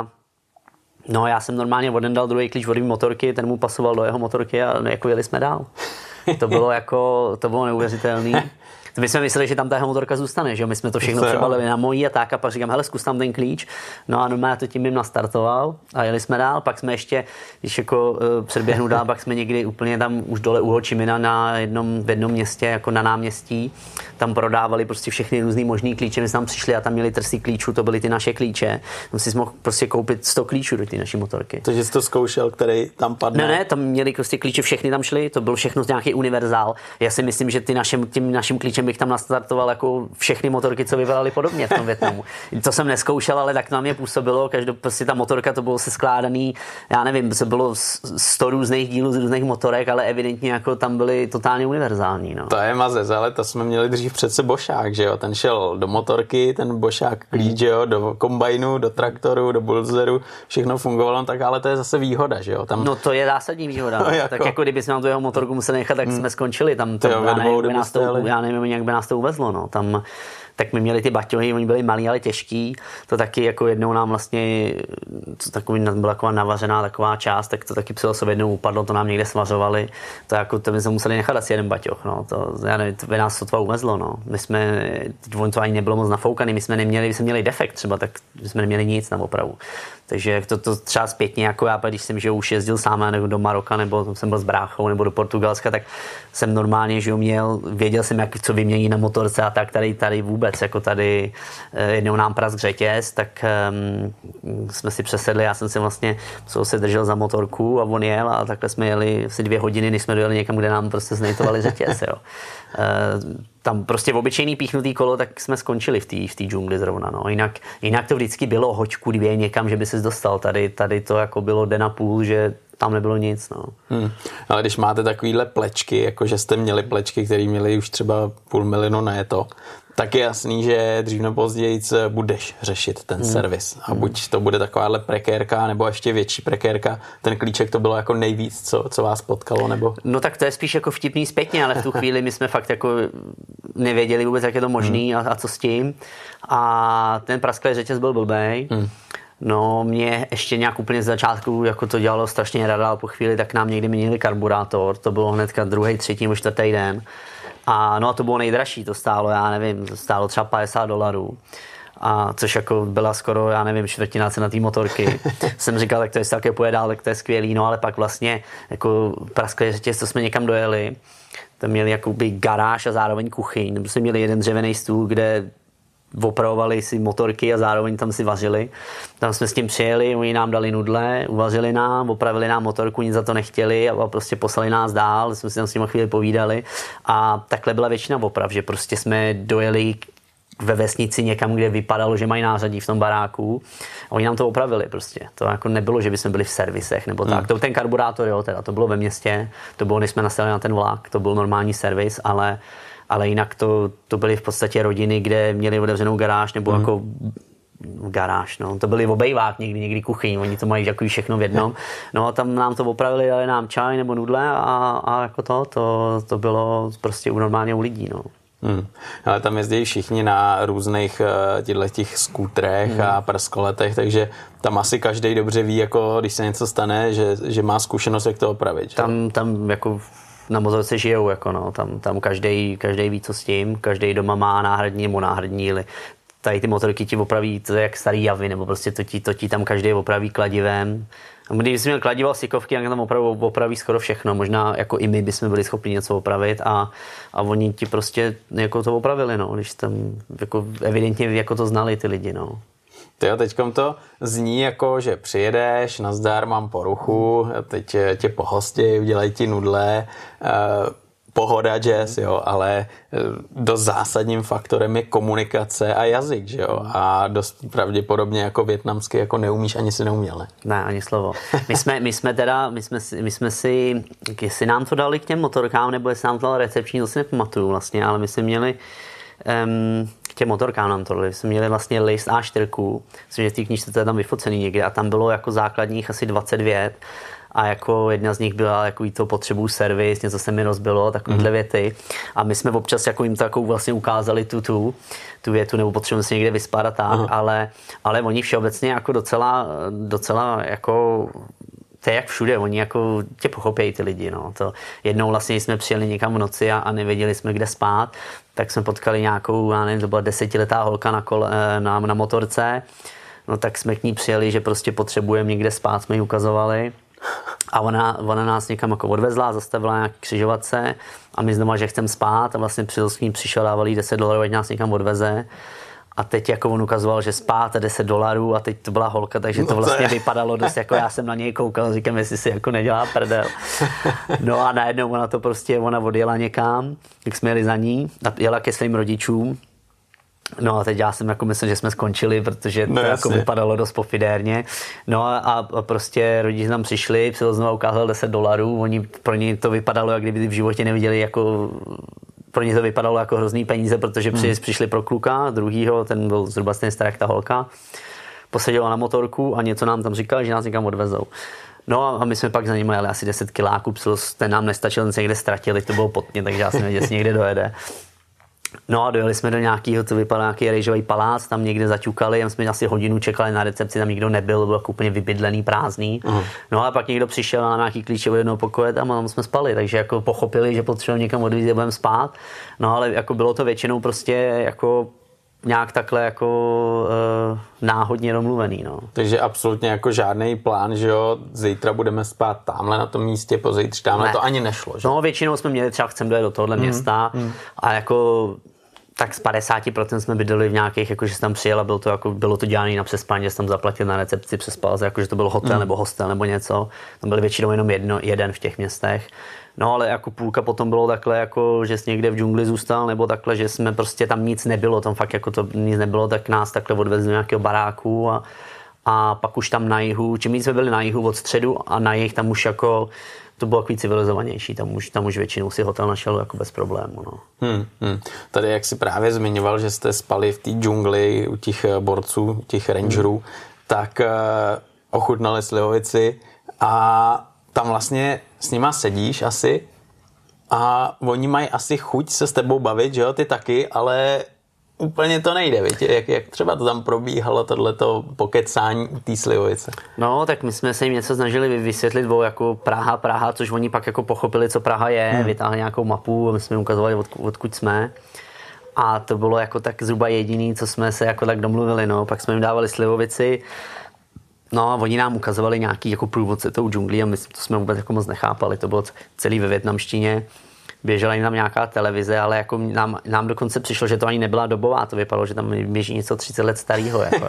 no já jsem normálně od dal druhý klíč od motorky, ten mu pasoval do jeho motorky a jako jeli jsme dál. To bylo jako, to bylo neuvěřitelný. My jsme mysleli, že tam ta jeho motorka zůstane, že jo? My jsme to všechno přebalili na mojí a tak a pak říkám, hele, zkus tam ten klíč. No a normálně to tím jim nastartoval a jeli jsme dál. Pak jsme ještě, když jako uh, předběhnu dál, pak jsme někdy úplně tam už dole u Ho Chi Mina na jednom, v jednom městě, jako na náměstí, tam prodávali prostě všechny různý možný klíče. My jsme tam přišli a tam měli trsy klíčů, to byly ty naše klíče. Tam si mohl prostě koupit sto klíčů do té naší motorky. Takže jsi to zkoušel, který tam padne? Ne, ne, tam měli prostě klíče, všechny tam šly, to byl všechno nějaký univerzál. Já si myslím, že ty našim, tím naším klíčem bych tam nastartoval jako všechny motorky, co vypadaly podobně v tom Vietnamu. To jsem neskoušel, ale tak to na mě působilo. Každou, prostě ta motorka, to bylo se skládaný, já nevím, to bylo sto různých dílů z různých motorek, ale evidentně jako tam byly totálně univerzální. No. To je mazec, ale to jsme měli dřív přece bošák, že jo? Ten šel do motorky, ten bošák klíč, jo? Do kombajnu, do traktoru, do buldozeru, všechno fungovalo tak, ale to je zase výhoda, že jo? Tam... No to je zásadní výhoda. No, jako... Tak jako kdyby jsme nám tu jeho motorku museli nechat, tak hmm. jsme skončili. Tam to, jo, já, nevím, by nás to, já nevím, jak by nás to uvezlo. No. Tam, tak my měli ty baťohy, oni byli malí, ale těžký. To taky jako jednou nám vlastně, to takový, byla taková navařená taková část, tak to taky přilosově jednou upadlo, to nám někde svařovali. To jako, to my jsme museli nechat asi jeden baťoh, no. To, já nevím, to by nás to uvezlo, no. My jsme, on to ani nebylo moc nafoukaný, my jsme neměli, my jsme měli defekt třeba, tak jsme neměli nic na opravu. Takže to, to třeba zpětně, jako já, když jsem že už jezdil sám nebo do Maroka, nebo jsem byl s bráchou, nebo do Portugalska, tak jsem normálně, že měl, věděl jsem, jak co vymění na motorce a tak tady, tady vůbec, jako tady jednou nám prask řetěz, tak um, jsme si přesedli, já jsem si vlastně se držel za motorku a on jel a takhle jsme jeli asi dvě hodiny, než jsme dojeli někam, kde nám prostě znejtovali řetěz, jo. Uh, tam prostě v obyčejný píchnutý kolo, tak jsme skončili v té v té džungli zrovna, no. Jinak, jinak to vždycky bylo hoďku dvě někam, že by ses dostal. Tady, tady to jako bylo den a půl, že tam nebylo nic, no. Hmm. Ale když máte takovýhle plečky, jako že jste měli plečky, které měly už třeba půl milionu na to, tak je jasný, že dřív nebo později budeš řešit ten hmm. servis. A buď to bude takováhle prekérka, nebo ještě větší prekérka. Ten klíček to bylo jako nejvíc, co, co vás potkalo, nebo? No tak to je spíš jako vtipný zpětně, ale v tu chvíli my jsme fakt jako nevěděli vůbec, jak je to možný hmm. a, a co s tím. A ten prasklý řetěz byl blbej. Hmm. No mě ještě nějak úplně z začátku jako to dělalo strašně rada, ale po chvíli tak nám někdy měnili karburátor. To bylo hnedka druhý, třetí nebo čtvrtý den. A no a to bylo nejdražší, to stálo, já nevím, to stálo třeba padesát dolarů. A což jako byla skoro, já nevím, čtvrtina cena té motorky. Jsem říkal, tak to je také půjde dál, tak to je skvělý, no ale pak vlastně jako prasklý řetěz, to jsme někam dojeli, tam měli jakoby garáž a zároveň kuchyň, nebo jsme měli jeden dřevěný stůl, kde opravovali si motorky a zároveň tam si vařili. Tam jsme s tím přijeli, oni nám dali nudle, uvařili nám, opravili nám motorku, nic za to nechtěli a prostě poslali nás dál, jsme si tam s nimi chvíli povídali a takhle byla většina oprav, že prostě jsme dojeli ve vesnici někam, kde vypadalo, že mají nářadí v tom baráku a oni nám to opravili prostě. To jako nebylo, že bychom byli v servisech nebo tak. Hmm. To ten karburátor, jo, teda to bylo ve městě, to bylo, než jsme nastavili na ten vlak, to byl normální servis, ale ale jinak to, to byly v podstatě rodiny, kde měli otevřenou garáž nebo mm. jako garáž, no. To byly obejvák, někdy, někdy kuchyň, oni to mají jako všechno v jednom. No a tam nám to opravili, dali nám čaj nebo nudle a, a jako to, to, to bylo prostě u normálně u lidí, no. Hmm. Ale tam jezdí všichni na různých uh, těch skútrech hmm. a prskoletech, takže tam asi každý dobře ví, jako když se něco stane, že, že má zkušenost, jak to opravit. Že? Tam, tam jako na motorce žijou, jako no. tam, tam každý, každý ví, co s tím, každý doma má náhradní nebo náhradní. Tady ty motorky ti opraví, to je jak starý javy, nebo prostě to ti, to ti tam každý opraví kladivem. A když jsi měl kladivo, sikovky, tak tam opraví, opraví skoro všechno. Možná jako i my bychom byli schopni něco opravit a, a oni ti prostě jako to opravili, no. Když tam jako evidentně jako to znali ty lidi, no. Tyjo, teďkom to zní jako, že přijedeš, nazdar, mám poruchu, teď tě pohostí, udělají ti nudle, uh, pohoda, jazz, jo, ale dost zásadním faktorem je komunikace a jazyk, že jo, a dost pravděpodobně jako vietnamsky jako neumíš, ani si neuměl, ne? Ne, ani slovo. My jsme, my jsme teda, my jsme, my jsme si, jestli nám to dali k těm motorkám, nebo jestli nám to dali recepční, to si nepamatuju vlastně, ale my jsme měli um, k těm motorkám nám to dali, my jsme měli vlastně list á čtyři, myslím, že v té knížce to je tam vyfocený někde a tam bylo jako základních asi dvacet vět. A jako jedna z nich byla jako to potřebuji servis, něco se mi rozbilo, takovýhle věty. A my jsme občas jako jim takovou vlastně ukázali tu, tu, tu větu, nebo potřebujeme se někde vyspat a tak, ale, ale oni všeobecně jako docela, docela jako to je jak všude, oni jako tě pochopějí ty lidi, no. To jednou vlastně jsme přijeli někam v noci a, a nevěděli jsme, kde spát, tak jsme potkali nějakou, já nevím, to byla desetiletá holka na, kole, na, na motorce, no tak jsme k ní přijeli, že prostě potřebujeme někde spát, jsme jí ukazovali. A ona, ona nás někam jako odvezla, zastavila nějak křižovatce a my znamená, že chceme spát a vlastně při s ním přišel, dávali deset dolarů, ať nás někam odveze. A teď jako on ukazoval, že spát a deset dolarů a teď to byla holka, takže to vlastně vypadalo dost, jako já jsem na něj koukal, říkám, jestli si jako nedělá prdel. No a najednou ona to prostě, ona odjela někam, jak jsme jeli za ní a jela ke svým rodičům. No a teď já jsem jako myslel, že jsme skončili, protože to no, jako vypadalo dost pofidérně. No a, a prostě rodiče tam přišli, přijel znovu ukázal deset dolarů, oni pro ně to vypadalo, jak kdyby v životě neviděli jako, pro ně to vypadalo jako hrozný peníze, protože hmm. přišli pro kluka, druhýho, ten byl zhruba stejně starý jak ta holka, poseděla na motorku a něco nám tam říkal, že nás někam odvezou. No a my jsme pak za ním jeli asi deset kiláků, ten nám nestačil, ten se někde ztratili, to bylo pod mě, takže já jsem nevěděl, jestli někde dojede. No a dojeli jsme do nějakého, to vypadá nějaký rejžový palác, tam někde zaťukali, tam jsme asi hodinu čekali na recepci, tam nikdo nebyl, byl úplně vybydlený, prázdný. Uh-huh. No a pak někdo přišel na nějaký klíče od jednoho pokoje tam a tam jsme spali, takže jako pochopili, že potřebujeme někam odvízt a budeme spát. No ale jako bylo to většinou prostě jako nějak takhle jako uh, náhodně domluvený, no. Takže absolutně jako žádný plán, že jo, zítra budeme spát tamhle na tom místě, pozítří tamhle, ne. To ani nešlo, že? No většinou jsme měli třeba chceme dojet do tohohle mm, města mm. a jako tak z padesát procent jsme bydleli v nějakých, jakože jsem tam přijel a bylo to, jako, bylo to dělané na přespání, že jsem tam zaplatil na recepci, přespal, jakože to byl hotel mm. nebo hostel nebo něco. Tam byly většinou jenom jedno, jeden v těch městech. No ale jako půlka potom bylo takhle, jako, že jsi někde v džungli zůstal, nebo takhle, že jsme prostě tam nic nebylo, tam fakt jako to nic nebylo, tak nás takhle odvezli do nějakého baráku a, a pak už tam na jihu, čím víc jsme byli na jihu od středu a na jih tam už jako to bylo takový civilizovanější, tam už, tam už většinou si hotel našel jako bez problému. No. Hmm, hmm. Tady jak si právě zmiňoval, že jste spali v té džungli u těch borců, u těch rangerů, hmm. tak uh, ochutnali slivovici a tam vlastně s nima sedíš asi a oni mají asi chuť se s tebou bavit, že jo, ty taky, ale úplně to nejde, víte, jak, jak třeba to tam probíhalo, tohleto pokecání té slivovice. No, tak my jsme se jim něco snažili vysvětlit o jako Praha, Praha, což oni pak jako pochopili, co Praha je, hmm. vytáhli nějakou mapu a my jsme jim ukazovali, od, odkud jsme. A to bylo jako tak zhruba jediný, co jsme se jako tak domluvili, no, pak jsme jim dávali slivovici. No a oni nám ukazovali nějaký jako průvodce tou džunglí a my to jsme vůbec jako moc nechápali. To bylo celý ve vietnamštině. Běžela jim tam nějaká televize, ale jako nám, nám dokonce přišlo, že to ani nebyla dobová. To vypadalo, že tam běží něco třicet let starého. Jako,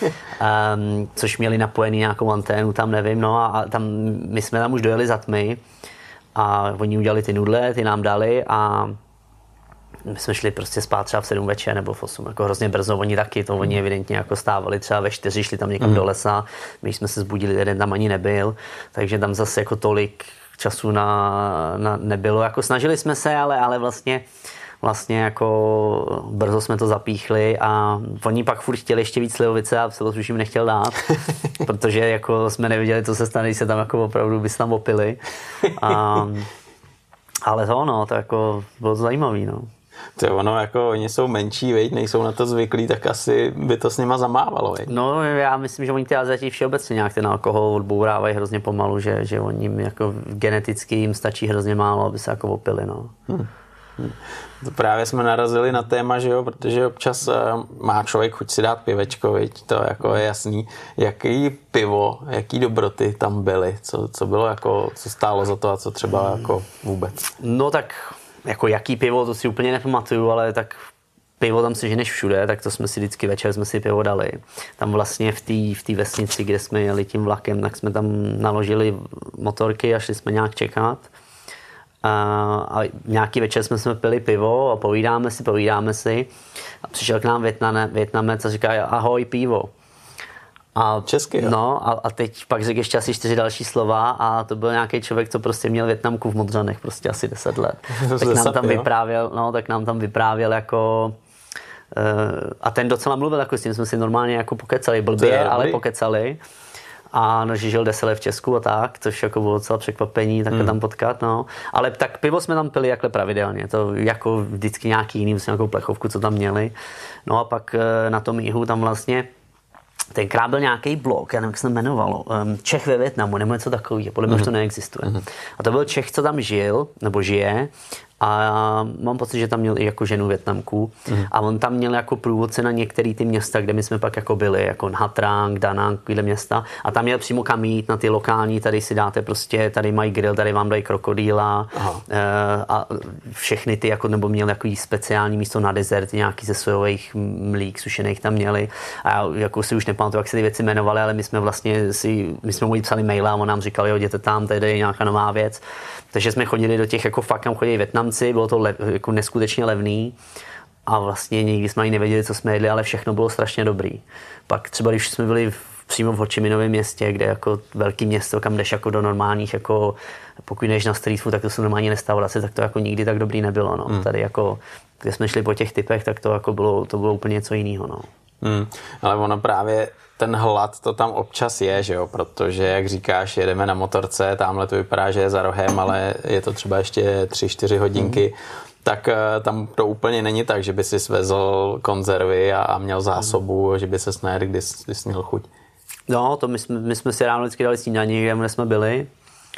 um, což měli napojený nějakou anténu, tam nevím. No a, a tam, my jsme tam už dojeli za tmy a oni udělali ty nudle, ty nám dali a my jsme šli prostě spát třeba v sedm večer nebo v osm, jako hrozně brzo, oni taky, to oni evidentně jako stávali třeba ve čtyři, šli tam někam mm. do lesa, my jsme se zbudili, jeden tam ani nebyl, takže tam zase jako tolik času na, na nebylo, jako snažili jsme se, ale, ale vlastně vlastně jako brzo jsme to zapíchli a oni pak furt chtěli ještě víc slivovice a Silos už jim nechtěl dát, protože jako jsme neviděli, co se stane, když se tam jako opravdu by se tam opili. A, ale to no, to jako bylo zajímavý, no. To je ono, jako oni jsou menší, veď, nejsou na to zvyklí, tak asi by to s nima zamávalo, veď. No já myslím, že oni ty Azéti všeobecně nějak ten alkohol odbourávají hrozně pomalu, že, že oni jako geneticky jim stačí hrozně málo, aby se jako opili, no. Hmm. Hmm. To právě jsme narazili na téma, že jo, protože občas uh, má člověk chuť si dát pivečko, veď, to jako je jasný. Jaký pivo, jaký dobroty tam byly, co, co bylo jako, co stálo za to a co třeba jako vůbec? No tak jako jaký pivo, to si úplně nepamatuju, ale tak pivo tam si ženeš všude, tak to jsme si vždycky večer jsme si pivo dali. Tam vlastně v té v té vesnici, kde jsme jeli tím vlakem, tak jsme tam naložili motorky a šli jsme nějak čekat. A, a nějaký večer jsme jsme pili pivo a povídáme si, povídáme si. A přišel k nám Větname, Větnamec a říká ahoj pivo. A, Česky, jo? No a, a teď pak řekl ještě asi čtyři další slova a to byl nějaký člověk, co prostě měl Větnamku v Modřanech prostě asi deset let. tak nám tam vyprávěl, no, tak nám tam vyprávěl jako uh, a ten docela mluvil, jako s tím jsme si normálně jako pokecali, blbě, ale pokecali. A no, že žil deset let v Česku a tak, což jako bylo docela překvapení, takhle hmm. tam potkat, no. Ale tak pivo jsme tam pili jakhle pravidelně, to jako vždycky nějaký jiný, vlastně nějakou plechovku, co tam měli. No a pak na tom jihu tam vlastně tenkrát byl nějaký blog, já nevím, jak se to jmenovalo, Čech ve Vietnamu, nebo něco takového, podle mě mm-hmm. už to neexistuje. Mm-hmm. A to byl Čech, co tam žil, nebo žije, a mám pocit, že tam měl i jako ženu Vietnamku mm-hmm. a on tam měl jako průvodce na některé ty města, kde my jsme pak jako byli, jako Nha Trang, Da Nang, takovýhle města a tam měl přímo kam jít na ty lokální, tady si dáte prostě, tady mají grill, tady vám dají krokodýla e, a všechny ty, jako, nebo měl jako speciální místo na dezert, nějaký ze sojových mlík sušených tam měli a já jako si už nepamatuju, jak se ty věci jmenovaly, ale my jsme vlastně si, my jsme mu psali maila a on nám říkal, jo, jděte tam, tady je nějaká nová věc. Takže jsme chodili do těch, jako fakt tam chodili Vietnamci, bylo to lev, jako neskutečně levný a vlastně nikdy jsme ani nevěděli, co jsme jedli, ale všechno bylo strašně dobrý. Pak třeba, když jsme byli v, přímo v Ho Chi Minovém městě, kde jako velký město, kam jdeš jako do normálních, jako pokud jdeš na street food, tak to jsou normální restaurace, tak to jako nikdy tak dobrý nebylo. No. Hmm. Tady jako, kde jsme šli po těch typech, tak to jako bylo, to bylo úplně něco jiného. No. Hmm. Ale ono právě ten hlad to tam občas je, že jo, protože jak říkáš, jedeme na motorce, tamhle to vypadá, že je za rohem, ale je to třeba ještě tři čtyři hodinky, mm. tak tam to úplně není tak, že by si svezl konzervy a, a měl zásobu, mm. že by se snajedl, když, když jsi měl chuť. No, to my jsme, my jsme si ráno vždycky dali snídaní, kde jsme byli.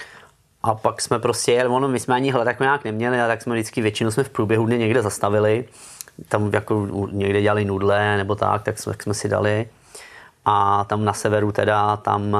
A pak jsme prostě jeli, ono, my jsme ani hlad tak nějak neměli, a tak jsme vždycky většinou jsme v průběhu dne někde zastavili. Tam jako někde dělali nudle nebo tak, tak jsme, tak jsme si dali. A tam na severu teda, tam,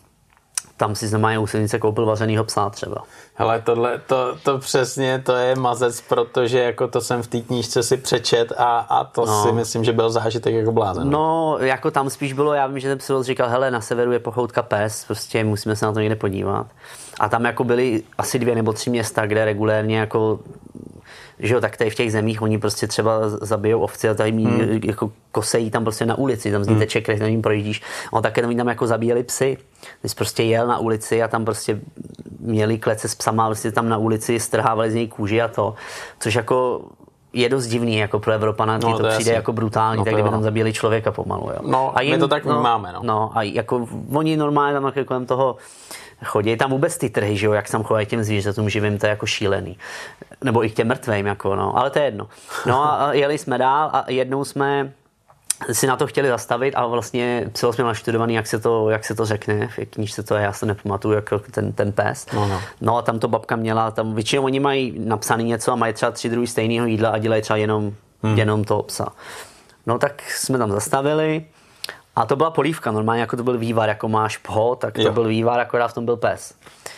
tam si znamená u silnice koupil vařenýho psa třeba. Hele, tohle, to, to přesně, to je mazec, protože jako to jsem v té knížce si přečet a, a to no. si myslím, že byl zážitek jako blázen. No, jako tam spíš bylo, já vím, že ten psovod říkal, hele, na severu je Pochoutka pes, prostě musíme se na to někde podívat. A tam jako byly asi dvě nebo tři města, kde regulérně jako že jo, tak tady v těch zemích oni prostě třeba zabijou ovci a tady mí, hmm. jako kosejí tam prostě na ulici, tam z ní hmm. teče krev, nevím, projíždíš. A také tam, tam jako zabíjeli psy. Ty jsi prostě jel na ulici a tam prostě měli klece s psama, prostě tam na ulici strhávali z něj kůži a to, což jako je dost divný jako pro Evropana, no, to, to přijde jako brutální, no, tak kdyby tam zabíjeli člověka pomalu. Jo. No, a jim, my to tak no, máme. No. no a jako oni normálně tam jako kolem toho chodí tam vůbec ty trhy, že jo, jak tam chodí těm zvířatům živým, to je jako šílený. Nebo i k těm mrtvým, jako no, ale to je jedno. No a jeli jsme dál a jednou jsme si na to chtěli zastavit a vlastně psilo jsme naštudovaný, jak se to, jak se to řekne, v knížce to je, já se nepamatuju, jako ten, ten pes. No, no. no a tam to babka měla, tam většinou oni mají napsaný něco a mají třeba tři druhy stejného jídla a dělají třeba jenom, hmm. jenom toho psa. No tak jsme tam zastavili. A to byla polívka, normálně jako to byl vývar, jako máš pho, tak to jo. byl vývar, akorát v tom byl pes.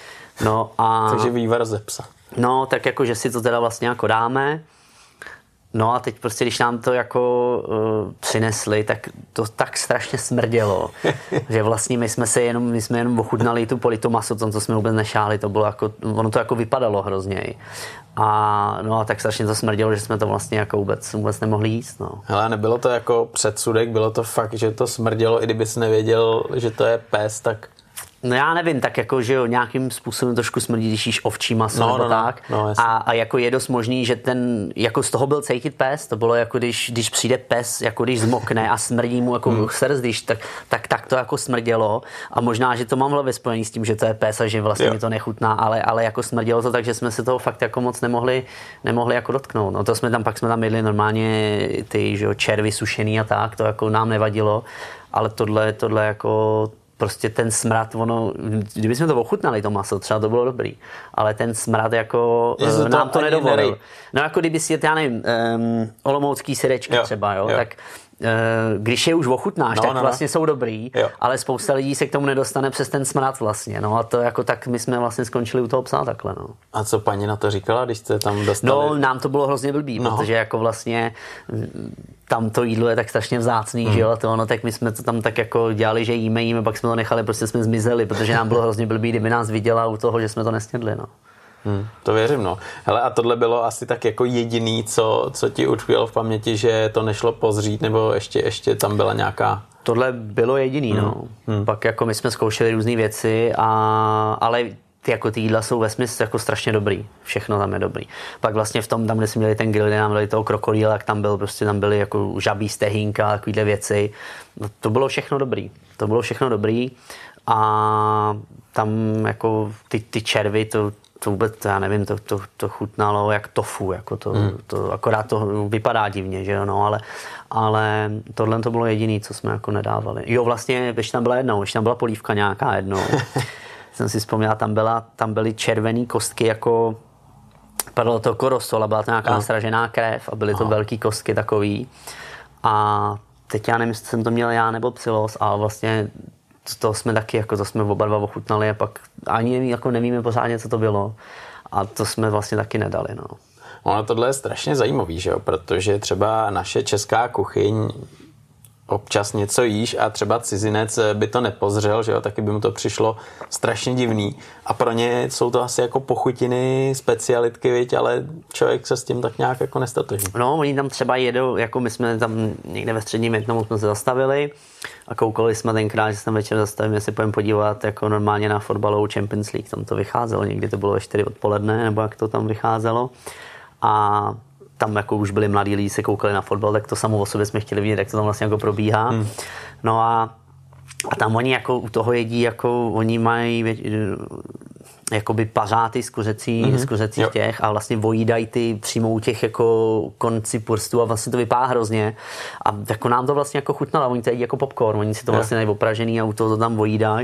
No a... Takže vývar ze psa. No, tak jako, že si to teda vlastně jako dáme. No a teď prostě, když nám to jako uh, přinesli, tak to tak strašně smrdělo, že vlastně my jsme se jenom, my jsme jenom ochutnali tu politu maso, to, co jsme vůbec nešáli, to bylo jako, ono to jako vypadalo hrozněji. A no a tak strašně to smrdělo, že jsme to vlastně jako vůbec, vůbec nemohli jíst, no. Hele, nebylo to jako předsudek, bylo to fakt, že to smrdělo, i kdybys nevěděl, že to je pes, tak No já nevím, tak jako, že jo, nějakým způsobem trošku smrdí, když jíš ovčí maso no, nebo no, tak. No, no, a, a jako je dost možný, že ten, jako z toho byl cítit pes, to bylo jako když, když přijde pes, jako když zmokne a smrdí mu jako hmm. srdc, když, tak, tak, tak to jako smrdělo a možná, že to mám v hlavě spojený s tím, že to je pes a že vlastně jo. mi to nechutná, ale, ale jako smrdělo to tak, že jsme se toho fakt jako moc nemohli, nemohli jako dotknout. No to jsme tam, pak jsme tam jedli normálně ty, že jo, červy sušený a tak, to jako nám nevadilo, ale tohle, tohle jako prostě ten smrad, ono, kdybychom to ochutnali, to maso, třeba to bylo dobrý, ale ten smrad jako to nám to nedovolil. Nerej. No jako kdyby si, já nevím, um, olomoucký syrečky jo, třeba, jo, jo. tak uh, když je už ochutnáš, no, tak no, vlastně no. jsou dobrý, jo. ale spousta lidí se k tomu nedostane přes ten smrad vlastně, no a to jako tak my jsme vlastně skončili u toho psa takhle, no. A co paní na to říkala, když jste tam dostali? No, nám to bylo hrozně blbý, no. protože jako vlastně tam to jídlo je tak strašně vzácný, hmm. že jo, to ono, tak my jsme to tam tak jako dělali, že jíme, jíme, pak jsme to nechali, prostě jsme zmizeli, protože nám bylo hrozně blbý, kdyby nás viděla u toho, že jsme to nesnědli, no. Hmm, to věřím, no. Hele, a tohle bylo asi tak jako jediný, co, co ti utkvělo v paměti, že to nešlo pozřít, nebo ještě, ještě tam byla nějaká... Tohle bylo jediný, hmm. no. Hmm. Pak jako my jsme zkoušeli různé věci, a, ale ty, jako ty jídla jsou vesměs jako strašně dobrý. Všechno tam je dobrý. Pak vlastně v tom, tam, kde jsme měli ten grill, kde nám dali toho krokodýla, tak tam byl prostě, tam byly jako žabí stehínka, takovýhle věci. No, to bylo všechno dobrý. To bylo všechno dobrý a tam jako ty, ty červy, to, to vůbec, to já nevím, to, to, to chutnalo jak tofu, jako to, hmm. to, akorát to vypadá divně, že jo, no, ale, ale tohle to bylo jediný, co jsme jako nedávali. Jo, vlastně, ještě tam byla jednou, ještě tam byla polívka nějaká jednou. Jsem si vzpomněla, tam, byla, tam byly červený kostky, jako padlo to korosol a byla to nějaká no. sražená krev a byly to Aha. velký kostky takový. A teď já nevím, jestli jsem to měl já nebo psilos, ale vlastně to jsme taky, jako to jsme oba dva ochutnali a pak ani jako nevíme pořádně, co to bylo. A to jsme vlastně taky nedali, no. Ono tohle je strašně zajímavý, že jo, protože třeba naše česká kuchyň občas něco jíš a třeba cizinec by to nepozřel, že jo, taky by mu to přišlo strašně divný. A pro ně jsou to asi jako pochutiny, specialitky, viď, ale člověk se s tím tak nějak jako nestatoží. No, oni tam třeba jedou, jako my jsme tam někde ve středním Vietnamu jsme se zastavili a koukali jsme tenkrát, že se tam večer zastavíme, si půjdeme podívat jako normálně na fotbalovou Champions League, tam to vycházelo, někdy to bylo ve čtyři odpoledne, nebo jak to tam vycházelo. A tam jako už byli mladí lidi, se koukali na fotbal, tak to samo o sobě jsme chtěli vidět, jak to tam vlastně jako probíhá. Hmm. No a, a tam oni jako u toho jedí, jako oni mají jakoby pařáty z kuřecí, mm-hmm. z kuřecích jo. těch a vlastně vojídají ty přímo u těch jako konci prstů a vlastně to vypadá hrozně. A jako nám to vlastně jako chutnalo, oni to jedí jako popcorn, oni si to vlastně dají opražený a u toho to tam vojídají.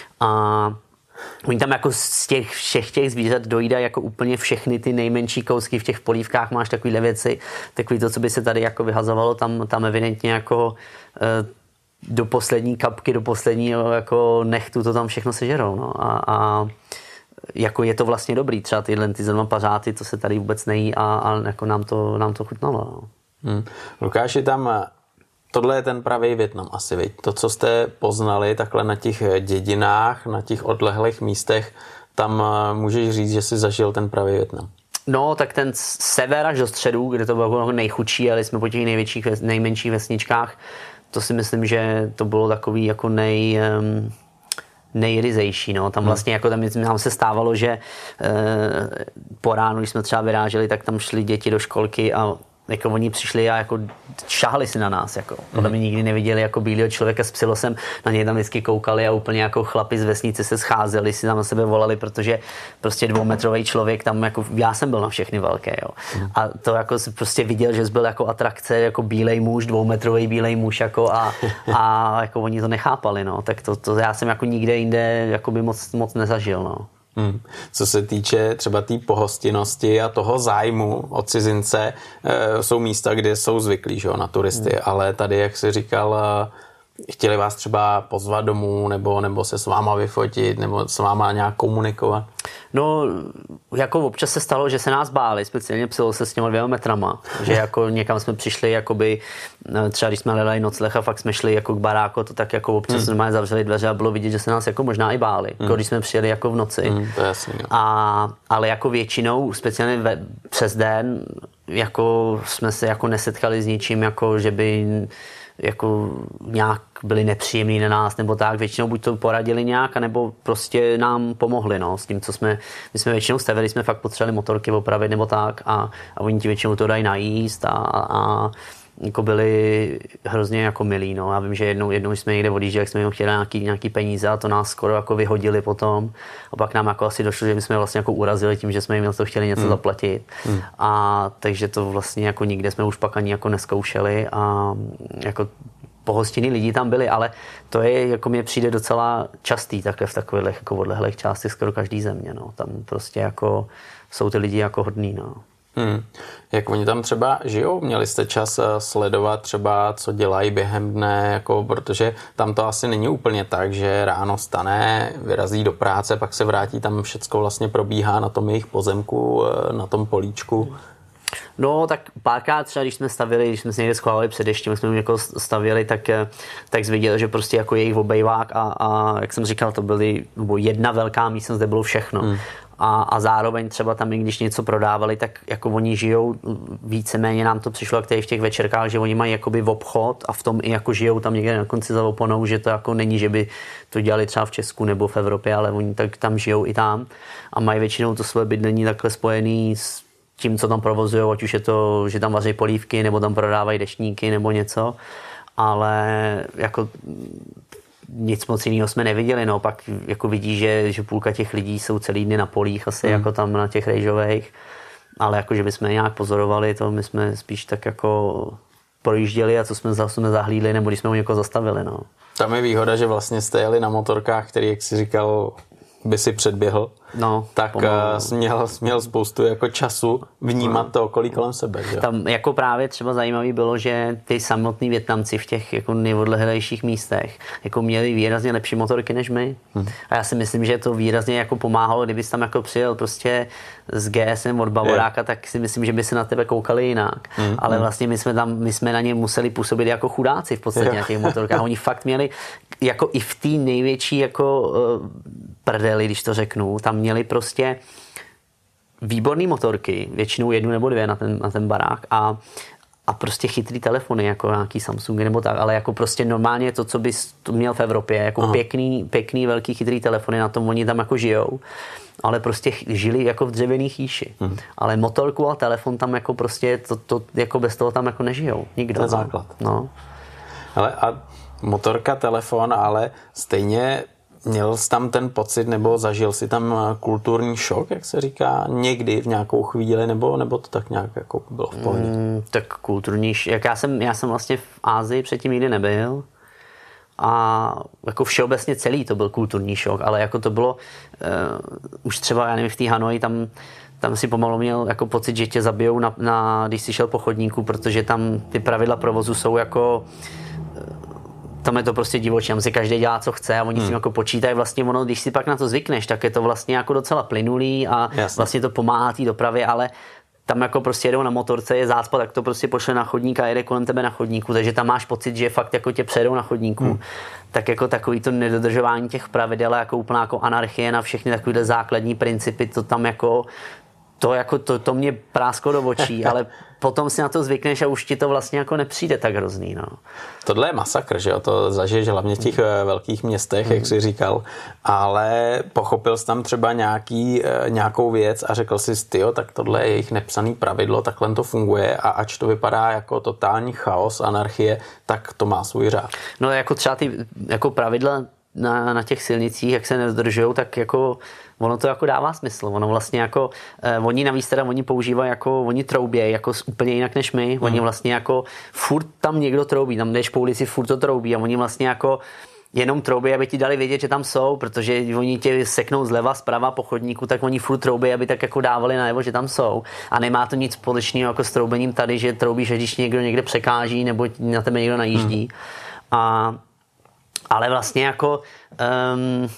A oni tam jako z těch všech těch zvířat dojídají jako úplně všechny ty nejmenší kousky, v těch polívkách máš takovýhle věci, takový to, co by se tady jako vyhazovalo, tam, tam evidentně jako e, do poslední kapky, do posledního jako nechtu to tam všechno sežerou, no. A, a jako je to vlastně dobrý, třeba tyhle ty zrovna pařáty, to se tady vůbec nejí a, a jako nám to, nám to chutnalo, no. Hmm. Lukáši, tam tohle je ten pravý Vietnam asi, viď? To, co jste poznali takhle na těch dědinách, na těch odlehlých místech, tam můžeš říct, že jsi zažil ten pravý Vietnam. No, tak ten sever až do středu, kde to bylo nejchudší, ale jsme po těch největších, nejmenších vesničkách, to si myslím, že to bylo takový jako nej... Um, nejryzejší, no. Tam vlastně jako tam, nám se stávalo, že e, po ránu, když jsme třeba vyráželi, tak tam šli děti do školky a jako oni přišli a jako šahali si na nás, jako. Podle mě nikdy neviděli jako bílého člověka s psilosem, na něj tam vždycky koukali a úplně jako chlapi z vesnice se scházeli, si tam na sebe volali, protože prostě dvoumetrový člověk tam jako, já jsem byl na všechny velké, jo. A to jako si prostě viděl, že jsi byl jako atrakce, jako bílej muž, dvoumetrový bílej muž, jako a, a jako oni to nechápali, no. Tak to, to já jsem jako nikde jinde jako by moc, moc nezažil, no. Hmm. Co se týče třeba té tý pohostinnosti a toho zájmu od cizince, e, jsou místa, kde jsou zvyklí, že, na turisty, hmm. ale tady, jak jsi říkal, chtěli vás třeba pozvat domů, nebo, nebo se s váma vyfotit, nebo s váma nějak komunikovat? No, jako občas se stalo, že se nás báli, speciálně psilo se s těma dvěma metrama, že jako někam jsme přišli, jakoby, třeba když jsme hledali nocleh a fakt jsme šli jako k baráku, to tak jako občas hmm. jsme zavřeli dveře a bylo vidět, že se nás jako možná i báli, hmm. jako když jsme přijeli jako v noci. Hmm, to je jasný, a, ale jako většinou, speciálně ve, přes den, jako jsme se jako nesetkali s ničím, jako že by jako nějak byli nepříjemní na nás nebo tak, většinou buď to poradili nějak, nebo prostě nám pomohli, no, s tím, co jsme, my jsme většinou stavili, jsme fakt potřebovali motorky opravit nebo tak a, a oni ti většinou to dají najíst a, a jako byli hrozně jako milí, no. Já vím, že jednou, jednou jsme někde odjížděli, jak jsme jim chtěli nějaký, nějaký peníze a to nás skoro jako vyhodili potom. A pak nám jako asi došlo, že my jsme vlastně jako urazili tím, že jsme jim to chtěli něco mm. zaplatit. Mm. A takže to vlastně jako nikde jsme už pak ani jako neskoušeli a jako pohostinní lidi tam byli, ale to je, jako mně přijde docela častý takhle v takových jako odlehlých částech skoro každý země, no. Tam prostě jako jsou ty lidi jako hodný, no. Hmm. Jak oni tam třeba žijou? Měli jste čas sledovat třeba, co dělají během dne, jako, protože tam to asi není úplně tak, že ráno stane, vyrazí do práce, pak se vrátí, tam všecko vlastně probíhá na tom jejich pozemku, na tom políčku. No, tak párkrát třeba, když jsme stavili, když jsme se někde schválili před deštěm, jsme jako stavili, tak, tak jsme viděli, že prostě jako jejich obejvák a, a jak jsem říkal, to byly jedna velká místnost, kde bylo všechno. Hmm. A, a zároveň třeba tam, i když něco prodávali, tak jako oni žijou víceméně, nám to přišlo jak v těch večerkách, že oni mají jakoby v obchod a v tom i jako žijou tam někde na konci za oponou, že to jako není, že by to dělali třeba v Česku nebo v Evropě, ale oni tak tam žijou i tam a mají většinou to své bydlení takhle spojený s tím, co tam provozují, ať už je to, že tam vaří polívky nebo tam prodávají deštníky nebo něco, ale jako nic moc jiného jsme neviděli, no, pak jako vidí, že, že půlka těch lidí jsou celý dny na polích, asi mm. jako tam na těch rejžových, ale jako, že bychom nějak pozorovali, to my jsme spíš tak jako projížděli a co jsme, jsme zahlídli, nebo když jsme u někoho zastavili, no. Tam je výhoda, že vlastně jste jeli na motorkách, který, jak jsi říkal, by si předběhl, no, tak jsi měl, měl spoustu jako času vnímat no. to okolí kolem sebe. Že? Tam jako právě třeba zajímavý bylo, že ty samotní Vietnamci v těch jako nejodlehlejších místech jako měli výrazně lepší motorky než my. Hmm. A já si myslím, že to výrazně jako pomáhalo, kdybys tam jako přijel prostě s G S M od Bavoráka, je. tak si myslím, že by se na tebe koukali jinak. Hmm. Ale vlastně my jsme tam, my jsme na ně museli působit jako chudáci v podstatě je. na těch motorkách. Oni fakt měli jako i v té největší jako uh, prdeli, když to řeknu, tam měli prostě výborné motorky, většinou jednu nebo dvě na ten, na ten barák a, a prostě chytrý telefony, jako nějaký Samsungy nebo tak, ale jako prostě normálně to, co bys tu měl v Evropě, jako Aha. pěkný, pěkný, velký chytrý telefony, na tom oni tam jako žijou, ale prostě žili jako v dřevěný chýši. Hmm. Ale motorku a telefon tam jako prostě, to, to jako bez toho tam jako nežijou. Nikdo. To je základ. No. Ale a motorka, telefon, ale stejně měl jsi tam ten pocit, nebo zažil si tam kulturní šok, jak se říká, někdy v nějakou chvíli, nebo, nebo to tak nějak jako bylo v pohodě? Mm, tak kulturní šok, já jsem, já jsem vlastně v Ázii předtím nikdy nebyl a jako všeobecně celý to byl kulturní šok, ale jako to bylo uh, už třeba, já nevím, v té Hanoji tam tam si pomalu měl jako pocit, že tě zabijou, na, na, když jsi šel po chodníku, protože tam ty pravidla provozu jsou jako tam je to prostě divočí, tam si každý dělá, co chce a oni hmm. si jako počítají vlastně ono, když si pak na to zvykneš, tak je to vlastně jako docela plynulý a Jasně. vlastně to pomáhá té dopravě, ale tam jako prostě jedou na motorce, je zácpa, tak to prostě pošle na chodník a jede kolem tebe na chodníku, takže tam máš pocit, že fakt jako tě přejedou na chodníku. Hmm. Tak jako takový to nedodržování těch pravidel, jako úplná jako anarchie na všechny takovýhle základní principy, to tam jako to, jako to, to mě prásklo do očí, ale potom si na to zvykneš a už ti to vlastně jako nepřijde tak hrozný. No. Tohle je masakr, že jo? To zažiješ hlavně v těch velkých městech, mm. jak jsi říkal, ale pochopil jsi tam třeba nějaký, nějakou věc a řekl jsi, tyjo, tak tohle je jejich nepsaný pravidlo, takhle to funguje a ač to vypadá jako totální chaos, anarchie, tak to má svůj řád. No jako třeba ty jako pravidla na, na těch silnicích, jak se nedodržujou, tak jako ono to jako dává smysl. Ono vlastně jako, eh, oni navíc teda, oni používají jako, oni troubějí jako úplně jinak než my. Hmm. Oni vlastně jako, furt tam někdo troubí, tam jdeš po ulici, furt to troubí a oni vlastně jako jenom troubí, aby ti dali vědět, že tam jsou, protože oni tě seknou zleva, zprava po chodníku, tak oni furt troubí, aby tak jako dávali najevo, že tam jsou. A nemá to nic společného jako s troubením tady, že troubíš, že když někdo někde překáží nebo na tebe někdo najíždí. Hmm. A, ale vlastně jako um,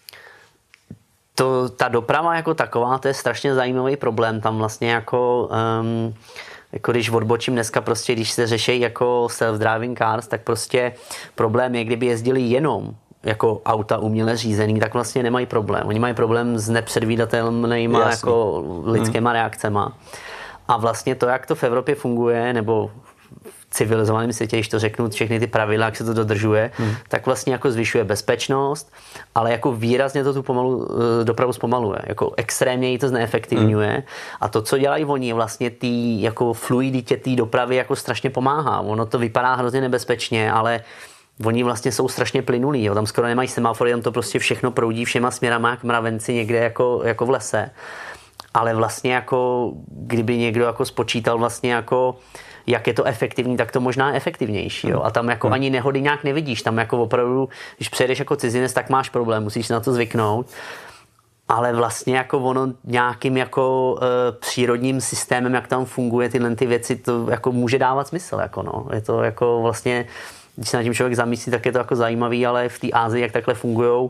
To, ta doprava jako taková, to je strašně zajímavý problém. Tam vlastně jako, um, jako když odbočím dneska prostě, když se řeší jako self-driving cars, tak prostě problém je, kdyby jezdili jenom jako auta uměle řízený, tak vlastně nemají problém. Oni mají problém s nepředvídatelnýma jako lidskýma hmm. reakcema. A vlastně to, jak to v Evropě funguje, nebo v civilizovaném světě, když to řeknu, všechny ty pravidla, jak se to dodržuje, hmm. tak vlastně jako zvyšuje bezpečnost, ale jako výrazně to tu pomalu, dopravu zpomaluje. Jako extrémně ji to zneefektivňuje. Hmm. A to, co dělají oni, vlastně tý jako fluiditě té dopravy jako strašně pomáhá. Ono to vypadá hrozně nebezpečně, ale oni vlastně jsou strašně plynulí. Jo. Tam skoro nemají semafory, tam to prostě všechno proudí všema směrama, jak mravenci někde jako, jako v lese. Ale vlastně jako, kdyby někdo jako spočítal vlastně jako jak je to efektivní, tak to možná je efektivnější. Jo? A tam jako hmm. ani nehody nějak nevidíš. Tam jako opravdu, když přejdeš jako cizinec, tak máš problém, musíš na to zvyknout. Ale vlastně jako ono nějakým jako e, přírodním systémem, jak tam funguje tyhle ty věci, to jako může dávat smysl. Jako no. Je to jako vlastně, když se na tím člověk zamyslí, tak je to jako zajímavý, ale v té Asii, jak takhle fungujou,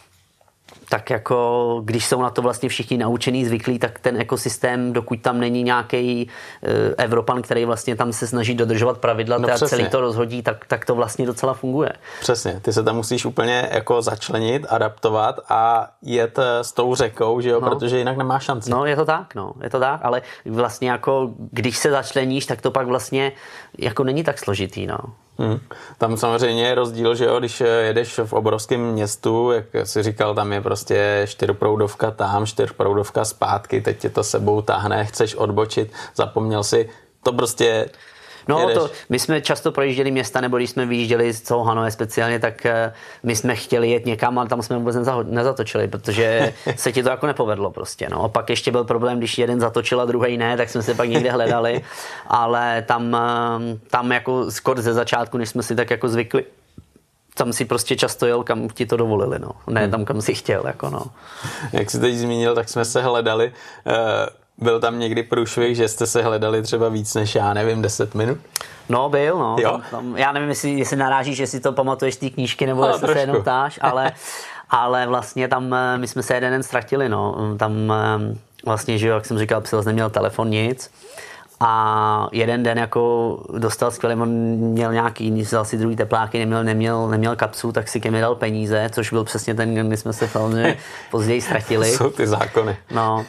tak jako když jsou na to vlastně všichni naučený, zvyklí, tak ten ekosystém, dokud tam není nějaký e, Evropan, který vlastně tam se snaží dodržovat pravidla, no a celý to rozhodí, tak, tak to vlastně docela funguje. Přesně, ty se tam musíš úplně jako začlenit, adaptovat a jet s tou řekou, že jo, no. Protože jinak nemáš šanci. No je to tak, no, je to tak, ale vlastně jako když se začleníš, tak to pak vlastně jako není tak složitý, no. Hmm. Tam samozřejmě je rozdíl, že jo, když jedeš v obrovském městu, jak jsi říkal, tam je prostě čtyřproudovka tam, čtyřproudovka zpátky, teď tě to sebou táhne, chceš odbočit, zapomněl si, to prostě No, to, my jsme často projížděli města, nebo když jsme vyjížděli z toho Hanoje speciálně, tak my jsme chtěli jet někam, ale tam jsme vůbec nezatočili, protože se ti to jako nepovedlo prostě. No. A pak ještě byl problém, když jeden zatočil a druhý ne, tak jsme se pak někde hledali, ale tam, tam jako skoro ze začátku, než jsme si tak jako zvykli, tam si prostě často jel, kam ti to dovolili, no. Ne tam, kam si chtěl, jako no. Jak jsi teď zmínil, tak jsme se hledali. Byl tam někdy průšvih, že jste se hledali třeba víc než, já nevím, deset minut? No, byl, no. Tam, tam, já nevím, jestli, jestli narážíš, jestli to pamatuješ z té knížky, nebo no, jestli trošku se jenom ptáš, ale, ale vlastně tam my jsme se jeden den ztratili, no. Tam vlastně, že jo, jak jsem říkal, Psyllos neměl telefon, nic. A jeden den jako dostal skvělý, on měl nějaký, vzal si druhý tepláky, neměl, neměl, neměl kapsu, tak si ke mi dal peníze, což byl přesně ten, kdy jsme se samozřejmě později ztratili. Jsou ty zákony. No,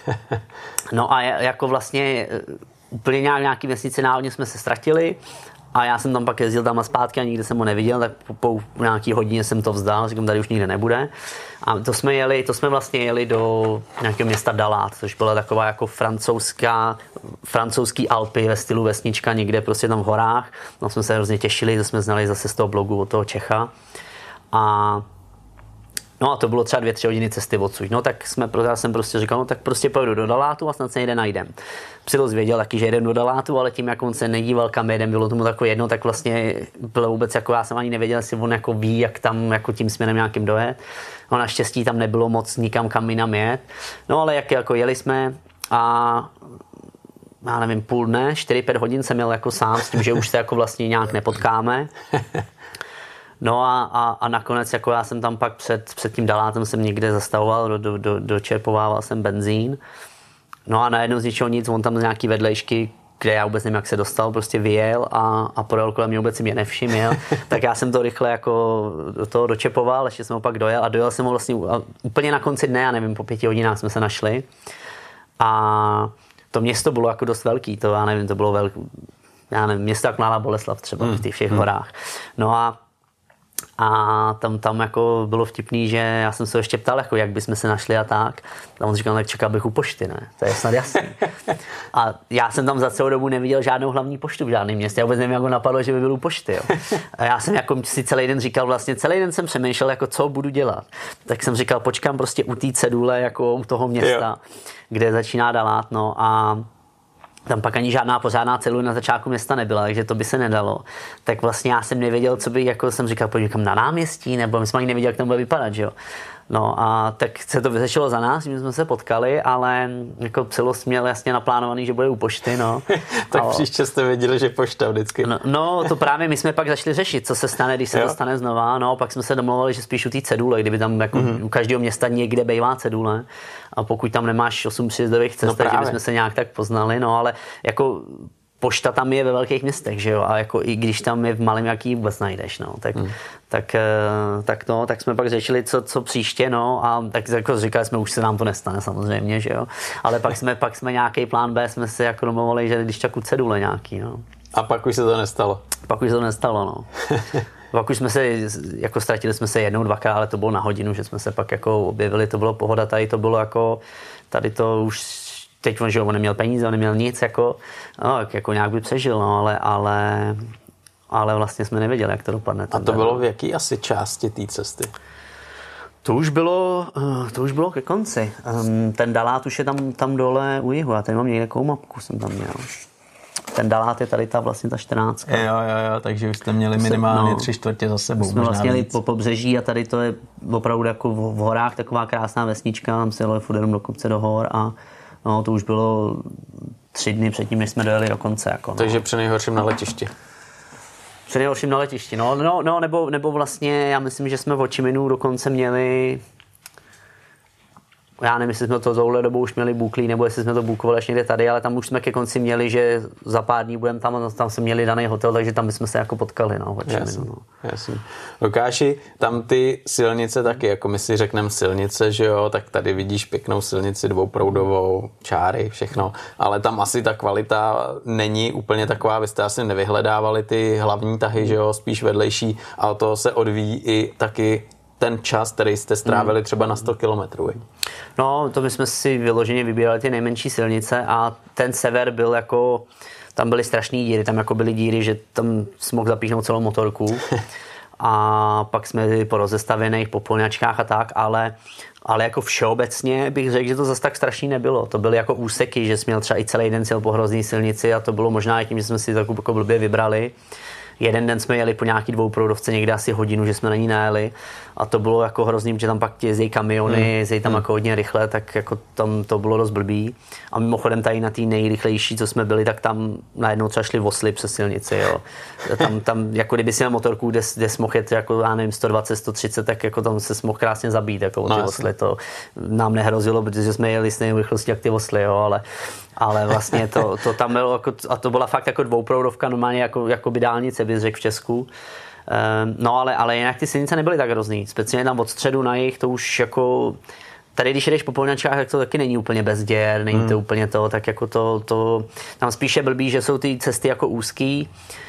no a jako vlastně úplně nějak, nějaký vesnici náhodně jsme se ztratili a já jsem tam pak jezdil tam a zpátky a nikde jsem ho neviděl, tak po, po nějaký hodině jsem to vzdal, říkám, tady už nikde nebude. A to jsme jeli, to jsme vlastně jeli do nějakého města Dalat, což byla taková jako francouzská, francouzský Alpy ve stylu vesnička, někde prostě tam v horách. No jsme se hrozně těšili, to jsme znali zase z toho blogu od toho Čecha. A no a to bylo třeba dvě, tři hodiny cesty odsud. No tak jsme, já jsem prostě říkal, no tak prostě pojedu do Dalátu a snad se někde najdem. Psyllos věděl taky, že jedem do Dalátu, ale tím, jak on se nedíval, kam jedem, bylo tomu takové jedno, tak vlastně bylo vůbec jako, já jsem ani nevěděl, jestli on jako ví, jak tam jako tím směrem nějakým dojet. No naštěstí tam nebylo moc nikam, kam jinam jet. No ale jak jako jeli jsme a já nevím, půl dne, čtyři, pět hodin jsem jel jako sám s tím, že už se jako vlastně nějak nepotkáme. No a, a, a nakonec jako já jsem tam pak před, před tím Dalátem jsem někde zastavoval, do, do, do, dočerpovával jsem benzín. No a najednou z ničeho nic, on tam z nějaký vedlejšky, kde já vůbec nevím, jak se dostal, prostě vyjel a, a podal kolem mě, vůbec si mě nevšiml. Tak já jsem to rychle jako do toho dočepoval, ještě jsem ho pak dojel a dojel jsem ho vlastně úplně na konci dne, já nevím, po pěti hodinách jsme se našli. A to město bylo jako dost velký, to já nevím, to bylo velké, já nevím, město jak Mladá Boleslav třeba hmm. v těch všech hmm. horách. No a A tam, tam jako bylo vtipný, že já jsem se ještě ptal, jako jak bychom se našli a tak. A on říkal, tak čekal bych u pošty, ne? To je snad jasný. A já jsem tam za celou dobu neviděl žádnou hlavní poštu v žádném městě. Já vůbec nevím, jak ho napadlo, že by byl u pošty. Jo. A já jsem jako si celý den říkal, vlastně celý den jsem přemýšlel, jako co budu dělat. Tak jsem říkal, počkám prostě u té cedule, jako u toho města, jo. Kde začíná Dalát, no a tam pak ani žádná pořádná cedule na začátku města nebyla, takže to by se nedalo. Tak vlastně já jsem nevěděl, co by, jako jsem říkal, pojď kam na náměstí, nebo my jsme ani nevěděli, jak tam bude vypadat, že jo. No a tak se to vyřešilo za nás, my jsme se potkali, ale jako Psyllos měl jasně naplánovaný, že bude u pošty, no. Tak a, příště jste věděli, že pošta vždycky. No, no, to právě my jsme pak začali řešit, co se stane, když se jo. to stane znova, no, pak jsme se domluvili, že spíš u té cedule, kdyby tam jako mm-hmm. u každého města někde bejvá cedule a pokud tam nemáš osm příjezdových cest, no takže bychom se nějak tak poznali, no, ale jako pošta tam je ve velkých městech, že jo, a jako i když tam je v malém, jaký vůbec najdeš, no, tak, hmm. tak, tak, no, tak jsme pak řešili, co, co příště, no, a tak jako říkali jsme, už se nám to nestane samozřejmě, že jo, ale pak jsme, pak jsme nějaký plán B, jsme si jako domluvili, že když tak u cedule nějaký, no. A pak už se to nestalo. Pak už se to nestalo, no. Pak už jsme se, jako ztratili jsme se jednou, dvakrát, ale to bylo na hodinu, že jsme se pak jako objevili, to bylo pohoda, tady to bylo jako, tady to už, teď on, že on neměl peníze, on neměl nic, jako, no, jako nějak by přežil, no, ale, ale, ale vlastně jsme nevěděli, jak to dopadne. A to bylo v jaký asi části té cesty? To už bylo, to už bylo ke konci. Ten Dalát už je tam, tam dole u jihu, já tady mám někde jakou mapku, jsem tam měl. Ten Dalát je tady ta vlastně ta čtrnáctka. Jo, jo, jo, takže už jste měli minimálně no, tři čtvrtě za sebou. Jsme vlastně jeli po pobřeží a tady to je opravdu jako v, v horách taková krásná vesnička, tam se jelo furt jenom do kopce do hor a no, to už bylo tři dny předtím, než jsme dojeli do konce. Jako, no. Takže při nejhorším na letišti. Při nejhorším na letišti, no, no, no nebo, nebo vlastně já myslím, že jsme v Ho Chi Minhu dokonce měli, já nevím, jestli jsme to touhle dobou už měli buklí, nebo jestli jsme to bukovali až někde tady, ale tam už jsme ke konci měli, že za pár dní budeme tam, tam jsme měli daný hotel, takže tam bychom se jako potkali, no, v Ho Chi Minhu, no. Jasný. Lukáši, tam ty silnice taky, jako my si řekneme silnice, že jo, tak tady vidíš pěknou silnici dvouproudovou, čáry, všechno, ale tam asi ta kvalita není úplně taková, vy jste asi nevyhledávali ty hlavní tahy, že jo, spíš vedlejší, a od toho se odvíjí i taky ten čas, který jste strávili třeba na sto kilometrů. No, to my jsme si vyloženě vybírali ty nejmenší silnice a ten sever byl jako, tam byly strašný díry, tam jako byly díry, že tam jsme mohl zapíchnout celou motorku a pak jsme byli po rozestavěných, po polňačkách a tak, ale, ale jako všeobecně bych řekl, že to zase tak strašný nebylo. To byly jako úseky, že jsme měl třeba i celý den jel po hrozný silnici a to bylo možná i tím, že jsme si takovou jako blbě vybrali. Jeden den jsme jeli po nějaký dvouproudovce někde asi hodinu, že jsme na ní najeli a to bylo jako hrozný, že tam pak jezdí kamiony, hmm. jezdí tam hmm. jako hodně rychle, tak jako tam to bylo dost blbý. A mimochodem tady na té nejrychlejší, co jsme byli, tak tam najednou třeba šli vosly přes silnici, jo. Tam, tam jako kdyby si měl motorku, kde, kde jsi mohl jet jako, já nevím, sto dvacet, sto třicet, tak jako tam se mohl krásně zabít, jako ty no, vosly. To nám nehrozilo, protože jsme jeli s nejrychlostí jak ty vosly, jo, ale ale vlastně to, to tam bylo, jako, a to byla fakt jako dvouproudovka, normálně jako, jako by dálnice, bys řekl v Česku. Um, no ale, ale jinak ty silnice nebyly tak hrozný, speciálně tam od středu na jih, to už jako, tady když jedeš po polňačkách, tak to taky není úplně bez děr, není to hmm. úplně to, tak jako to, to, tam spíše blbý, že jsou ty cesty jako úzký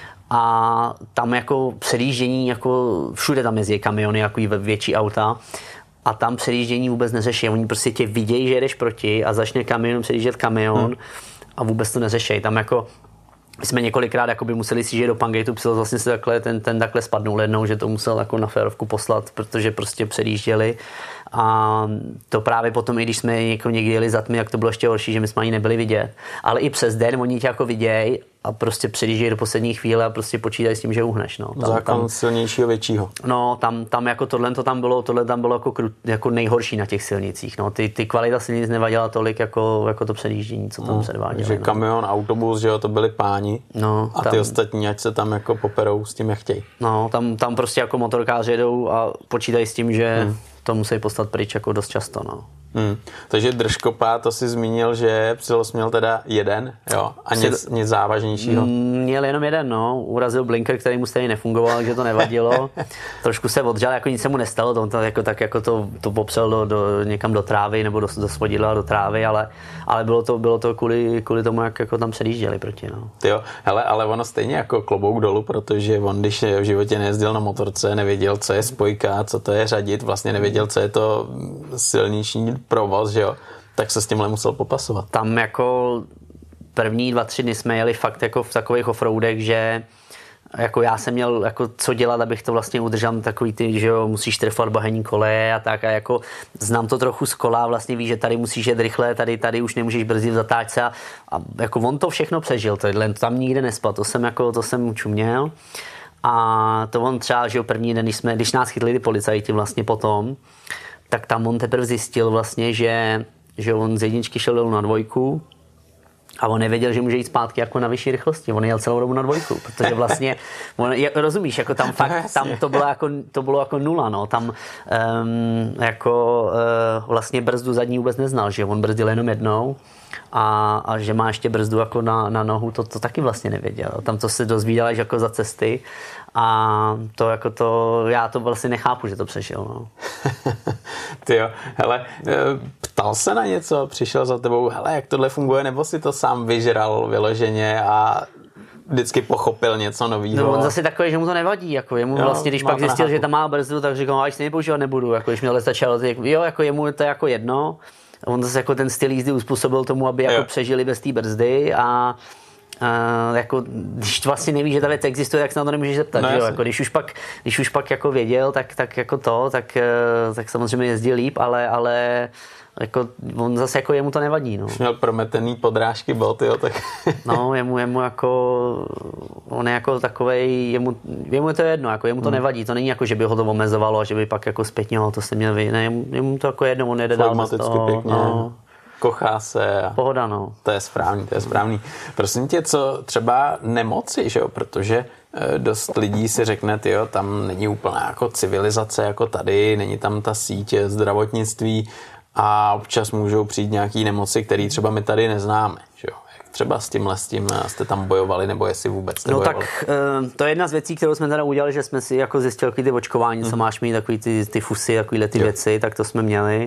a tam jako předjíždění, jako všude tam jezdí kamiony, jako větší auta. A tam předjíždění vůbec neřeší. Oni prostě tě vidějí, že jedeš proti a začne kamion předjíždět kamion hmm. a vůbec to neřeší. Tam jako my jsme několikrát jakoby museli si žít do Pangeitu, psal vlastně se takhle, ten, ten takhle spadnul jednou, že to musel jako na férovku poslat, protože prostě předjížděli. A to právě potom, i když jsme jako někdy jeli za tmy, jak to bylo ještě horší, že my jsme ani nebyli vidět. Ale i přes den oni tě jako vidějí a prostě předjíždějí do poslední chvíle a prostě počítají s tím, že uhneš. No. Tam, Zákon tam, silnějšího, většího. No, tam, tam jako tohle to tam bylo, tohle tam bylo jako, krut, jako nejhorší na těch silnicích. No. Ty, ty kvalita silnic nevadila tolik jako, jako to předjíždění, co tam no, předváděli. Takže no. kamion, autobus, že jo, to byli páni no, a ty tam, ostatní, ať se tam jako poperou s tím, jak chtějí. No, tam, tam prostě jako motorkáři jedou a počítají s tím, že hmm. to musí postat pryč jako dost často, no. Hmm. Takže držkopád, to si zmínil, že Psyllos měl teda jeden, jo, a nic, nic závažnějšího. Měl jenom jeden, no, urazil blinker, který mu stejně nefungoval, takže to nevadilo. Trošku se odžal, jako nic se mu nestalo, to, to jako, tak jako to, to popřel do, do, někam do trávy, nebo do, do svodidla do trávy, ale, ale bylo to, bylo to kvůli, kvůli tomu, jak jako tam předjížděli proti, no. Jo, hele, ale ono stejně jako klobouk dolů, protože on, když v životě nejezdil na motorce, nevěděl, co je spojka, co to je řadit, vlastně nevěděl, co je to silniční provoz, že jo, tak se s tímhle musel popasovat. Tam jako první dva, tři dny jsme jeli fakt jako v takových offroadech, že jako já jsem měl jako co dělat, abych to vlastně udržel, takový ty, že jo, musíš trefovat bahenní koleje a tak a jako znám to trochu z kola, vlastně víš, že tady musíš jet rychle, tady, tady už nemůžeš brzdit v zatáčce a, a jako on to všechno přežil, tohle, tam nikde nespal, to jsem jako, to jsem čuměl a to on třeba, že jo, první den, když, jsme, když nás chytli ty policajti vlastně potom, tak tam on teprve zjistil vlastně, že, že on z jedničky šel dolů na dvojku a on nevěděl, že může jít zpátky jako na vyšší rychlosti. On jel celou dobu na dvojku, protože vlastně, on, rozumíš, jako tam fakt, tam to bylo jako, to bylo jako nula, no, tam um, jako uh, vlastně brzdu zadní vůbec neznal, že on brzdil jenom jednou a, a že má ještě brzdu jako na, na nohu, to, to taky vlastně nevěděl. Tam to se dozvídal až jako za cesty a to jako to, já to vlastně nechápu, že to přešel, no. Ty jo, hele, ptal se na něco, přišel za tebou, hele, jak tohle funguje, nebo si to sám vyžral vyloženě a vždycky pochopil něco nového. No, on zase takový, že mu to nevadí, jako jemu jo, vlastně, když pak zjistil, že tam má brzdu, tak říkal, až si nepoužívat nebudu, jako když mi začalo, jo, jako jemu to je jako jedno. On zase jako ten styl jízdy uspůsobil tomu, aby jako přežili bez té brzdy a Uh, jako, když vlastně nevíš, že ta věc existuje, tak se na to nemůžeš zeptat, no, jo? Jako, když už pak, když už pak jako věděl, tak, tak jako to, tak, uh, tak samozřejmě jezdil líp, ale, ale jako, on zase jako jemu to nevadí. No. Už měl prometený podrážky bot, jo, tak... No, jemu, jemu jako, on je jako takovej, jemu, jemu je to jedno, jako jemu to hmm. nevadí, to není jako, že by ho to omezovalo a že by pak jako zpětně ho to se měl vy, ne, jemu, jemu to jako jedno, on jede dál bez toho. Pěkně. No. Kochá se. A pohoda, no. To je správný, to je správný. Prosím tě, co třeba nemoci, že jo, protože dost lidí si řekne, tyjo, tam není úplná jako civilizace jako tady, není tam ta síť zdravotnictví a občas můžou přijít nějaký nemoci, které třeba my tady neznáme, že jo. Jak třeba s tímhle s tím jste tam bojovali, nebo jestli vůbec jste no bojovali? Tak to je jedna z věcí, kterou jsme teda udělali, že jsme si jako zjistili ty očkování, mm. co máš mít, takový ty, ty fusy, takovýhle ty jo. věci, tak to jsme měli.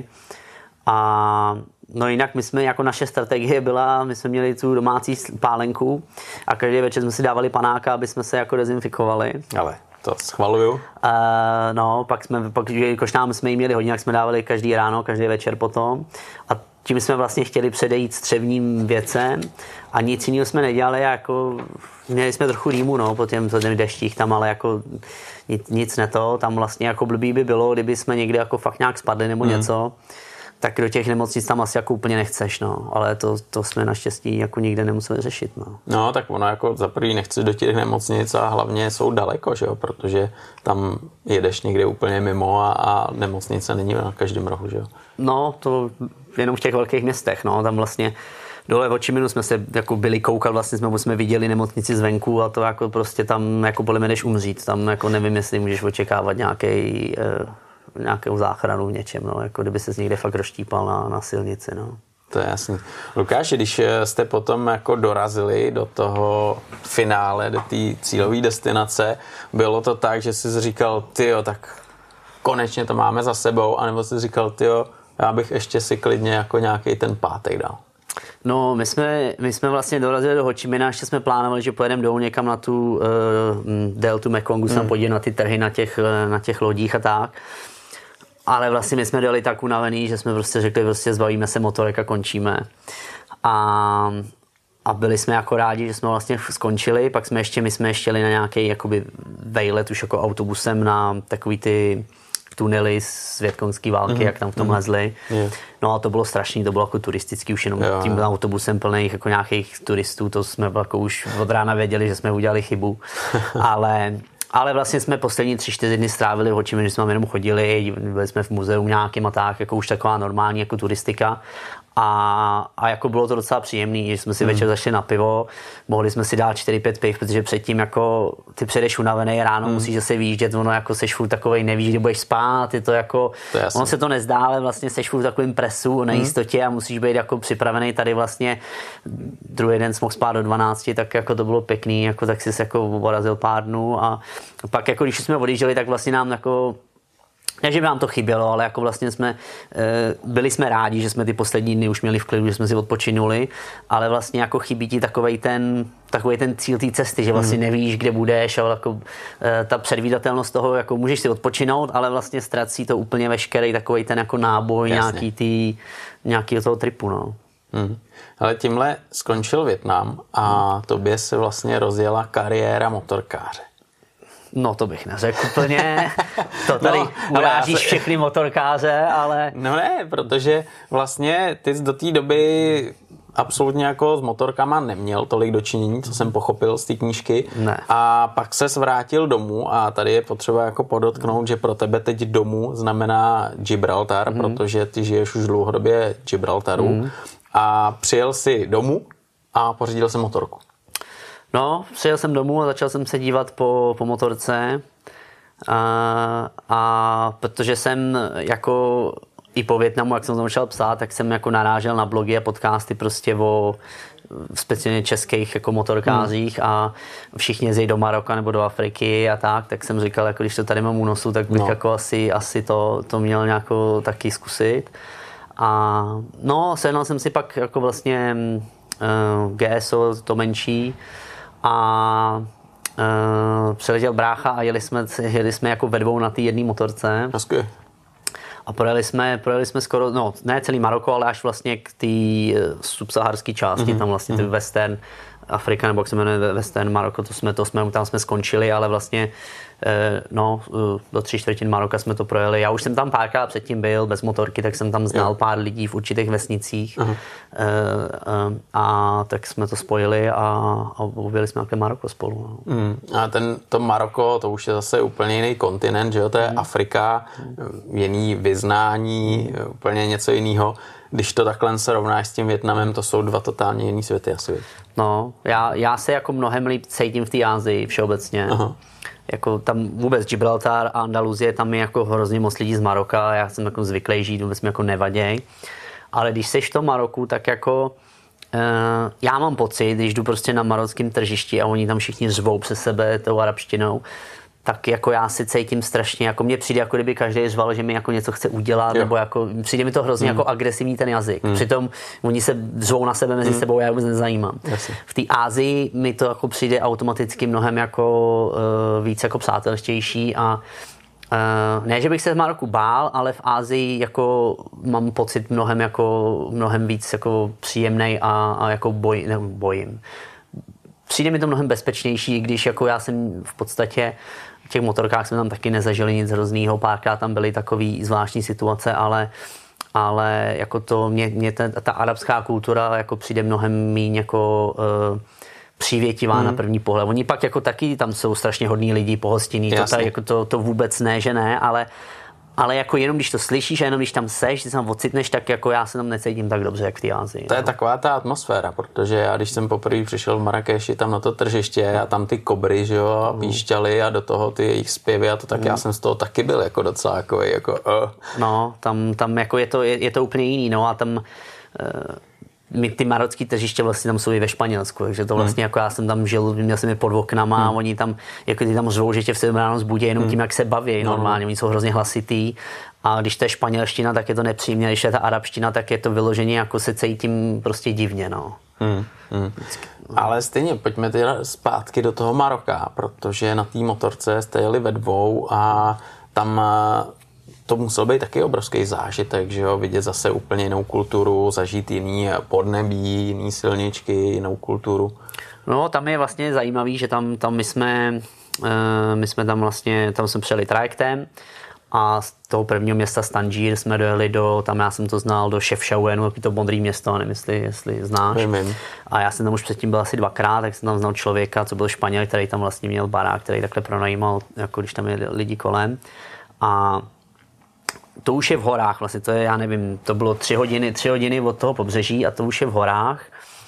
A no jinak my jsme, jako naše strategie byla, my jsme měli tu domácí pálenku a každý večer jsme si dávali panáka, aby jsme se jako dezinfikovali. Ale to schvaluju. Uh, no, pak jsme, pak, jakož nám jsme jí měli hodně, jak jsme dávali každý ráno, každý večer potom. A tím jsme vlastně chtěli předejít střevním věcem a nic jiného jsme nedělali, jako měli jsme trochu rýmu, no, po těm, po těm deštích tam, ale jako nic, nic ne to, tam vlastně jako blbý by bylo, kdyby jsme někde jako fakt nějak spadli nebo mm. něco. Tak do těch nemocnic tam asi jako úplně nechceš, no. Ale to, to jsme naštěstí jako nikde nemuseli řešit, no. No, tak ono jako za prvý nechceš do těch nemocnic a hlavně jsou daleko, že jo, protože tam jedeš někde úplně mimo a, a nemocnice není na každém rohu, že jo. No, to jenom v těch velkých městech, no, tam vlastně dole v Očiminu jsme se jako byli koukat, vlastně jsme, jsme viděli nemocnici zvenku a to jako prostě tam jako podle mě jdeš umřít, tam jako nevím, jestli můžeš očekávat nějaký eh, nějakou záchranu v něčem, no, jako kdyby se někde fakt rozštípal na, na silnici, no. To je jasný. Lukáš, když jste potom jako dorazili do toho finále, do té cílové destinace, bylo to tak, že jsi říkal, tyjo, tak konečně to máme za sebou, anebo jsi říkal, tyjo, já bych ještě si klidně jako nějaký ten pátek dal? No, my jsme, my jsme vlastně dorazili do Ho Chi Mina, ještě jsme plánovali, že pojedeme dolů někam na tu uh, deltu Mekongu, hmm. se podívat na ty trhy na těch, na těch lodích a tak. Ale vlastně my jsme dali tak unavený, že jsme prostě řekli, prostě zbavíme se motorek a končíme. A, a byli jsme jako rádi, že jsme vlastně skončili, pak jsme ještě, my jsme ještě jeli na nějaký jakoby vejlet už jako autobusem na takový ty tunely z větkonské války, mm-hmm. jak tam v tom mm-hmm. lezli. Yeah. No a to bylo strašný, to bylo jako turistický, už jenom yeah. tím autobusem plných jako nějakých turistů, to jsme jako už od rána věděli, že jsme udělali chybu. ale... Ale vlastně jsme poslední tři, čtyři dny strávili v Ho Chi Minh, že jsme jenom chodili, byli jsme v muzeu nějakým a tak, jako už taková normální jako turistika. A, a jako bylo to docela příjemný, že jsme si hmm. večer zašli na pivo, mohli jsme si dát čtyři pět piv, protože předtím jako ty přijdeš unavený ráno, hmm. musíš zase výjíždět, ono jako seš furt takovej, nevíš, kdy budeš spát, je to jako, to ono se to nezdá, ale vlastně seš furt v takovým presu, nejistotě a musíš být jako připravený tady vlastně, druhý den jsme mohl spát do dvanácti, tak jako to bylo pěkný, jako tak si se jako porazil pár dnů a pak jako když jsme odjížděli, tak vlastně nám jako ne, že by nám to chybělo, ale jako vlastně jsme, byli jsme rádi, že jsme ty poslední dny už měli v klidu, že jsme si odpočinuli, ale vlastně jako chybí ti takovej ten, takovej ten cíl té cesty, že vlastně nevíš, kde budeš a jako ta předvídatelnost toho, jako můžeš si odpočinout, ale vlastně ztrací to úplně veškerý takovej ten jako náboj, Jasně. nějaký tý, nějaký toho tripu, no. Hmm. Ale tímhle skončil Vietnam a tobě se vlastně rozjela kariéra motorkáře. No to bych neřekl úplně, to tady no, urážíš se... všechny motorkáře, ale... No ne, protože vlastně ty do té doby absolutně jako s motorkama neměl tolik dočinění, co jsem pochopil z té knížky. Ne. A pak se vrátil domů a tady je potřeba jako podotknout, že pro tebe teď domů znamená Gibraltar, mm. protože ty žiješ už dlouhodobě v Gibraltaru mm. a přijel si domů a pořídil si motorku. No, přijel jsem domů a začal jsem se dívat po, po motorce a, a protože jsem jako i po Vietnamu, jak jsem to začal psát, tak jsem jako narážel na blogy a podcasty prostě o speciálně českých jako motorkářích hmm. a všichni jezdí do Maroka nebo do Afriky a tak, tak jsem říkal, jako když to tady mám u nosu, tak bych no. jako asi, asi to, to měl nějakou taky zkusit. A no, sehnal jsem si pak jako vlastně uh, G S O, to menší, a uh, přiletěl brácha a jeli jsme, jeli jsme jako ve dvou na té jedné motorce. Hezky. A projeli jsme, projeli jsme skoro, no ne celý Maroko, ale až vlastně k té subsaharské části, mm-hmm. tam vlastně ty Western Afrika, nebo jak se jmenuje Western Maroko, to jsme, to jsme, tam jsme skončili, ale vlastně no, do tři čtvrtin Maroka jsme to projeli. Já už jsem tam párkrát předtím byl bez motorky, tak jsem tam znal jo. pár lidí v určitých vesnicích. Aha. A tak jsme to spojili a, a objeli jsme nějaké Maroko spolu. No. Mm. A ten, to Maroko, to už je zase úplně jiný kontinent, že jo? To je mm. Afrika, jiný vyznání, úplně něco jiného. Když to takhle se rovnáš s tím Vietnamem, to jsou dva totálně jiný světy asi. No, já, já se jako mnohem líp cítím v té Asii všeobecně. Aha. Jako tam vůbec Gibraltar a Andaluzie, tam je jako hrozně moc lidí z Maroka, já jsem jako zvyklý žít, vůbec mi jako nevaděj. Ale když seš v tom Maroku, tak jako uh, já mám pocit, když jdu prostě na marockém tržišti a oni tam všichni řvou přes sebe tou arabštinou, tak jako já si cítím strašně, jako mně přijde, jako kdyby každý řval, že mi jako něco chce udělat, jo. nebo jako přijde mi to hrozně mm. jako agresivní ten jazyk. Mm. Přitom oni se řvou na sebe mezi mm. sebou, já vůbec nezajímám. Jasně. V té Asii mi to jako přijde automaticky mnohem jako uh, víc jako přátelštější a uh, ne, že bych se z Maroku bál, ale v Asii jako mám pocit mnohem jako mnohem víc jako příjemnej a, a jako boj, ne, bojím. Přijde mi to mnohem bezpečnější, když jako já jsem v podstatě v těch motorkách jsme tam taky nezažili nic hroznýho, párkrát tam byly takový zvláštní situace, ale, ale jako to, mě, mě ta, ta arabská kultura jako přijde mnohem míň jako uh, přívětivá hmm. na první pohled. Oni pak jako taky tam jsou strašně hodní lidi, pohostinní, to, tady, jako to, to vůbec ne, že ne, ale Ale jako jenom když to slyšíš a jenom když tam seš, když tam ocitneš, tak jako já se tam necítím tak dobře, jak v té Asii. To je no. taková ta atmosféra, protože já když jsem poprvé přišel v Marrakeši tam na to tržiště a tam ty kobry, že jo, a píšťaly a do toho ty jejich zpěvy a to tak mm. já jsem z toho taky byl jako docela jako, jako uh. No, tam, tam jako je to, je, je to úplně jiný, no a tam uh, my ty marocký tržiště vlastně tam jsou i ve Španělsku, takže to vlastně hmm. jako já jsem tam žil, měl jsem je pod oknama hmm. a oni tam, jako ty tam řvou, že tě v sedm ráno zbudí jenom hmm. tím, jak se baví no, normálně, no. Oni jsou hrozně hlasitý a když to je španělština, tak je to nepříjemně, když je ta arabština, tak je to vyloženě jako se cítím prostě divně, no. Hmm. Hmm. Ale stejně, pojďme teda zpátky do toho Maroka, protože na té motorce jste jeli ve dvou a tam to musel být taky obrovský zážitek, že jo, vidět zase úplně jinou kulturu, zažít jiný podnebí, jiný silničky, jinou kulturu. No, tam je vlastně zajímavý, že tam, tam my jsme, my jsme tam vlastně, tam jsme přijeli trajektem a z toho prvního města Tanžír jsme dojeli do, tam já jsem to znal, do Chefchaouenu, takový to modrý město, nevím, jestli, jestli znáš. Vím. A já jsem tam už předtím byl asi dvakrát, tak jsem tam znal člověka, co byl Španěl, který tam vlastně měl barák, který takhle pronajímal, jako když tam jeli lidi kolem. A to už je v horách, vlastně to je, já nevím, to bylo tři hodiny, tři hodiny od toho pobřeží a to už je v horách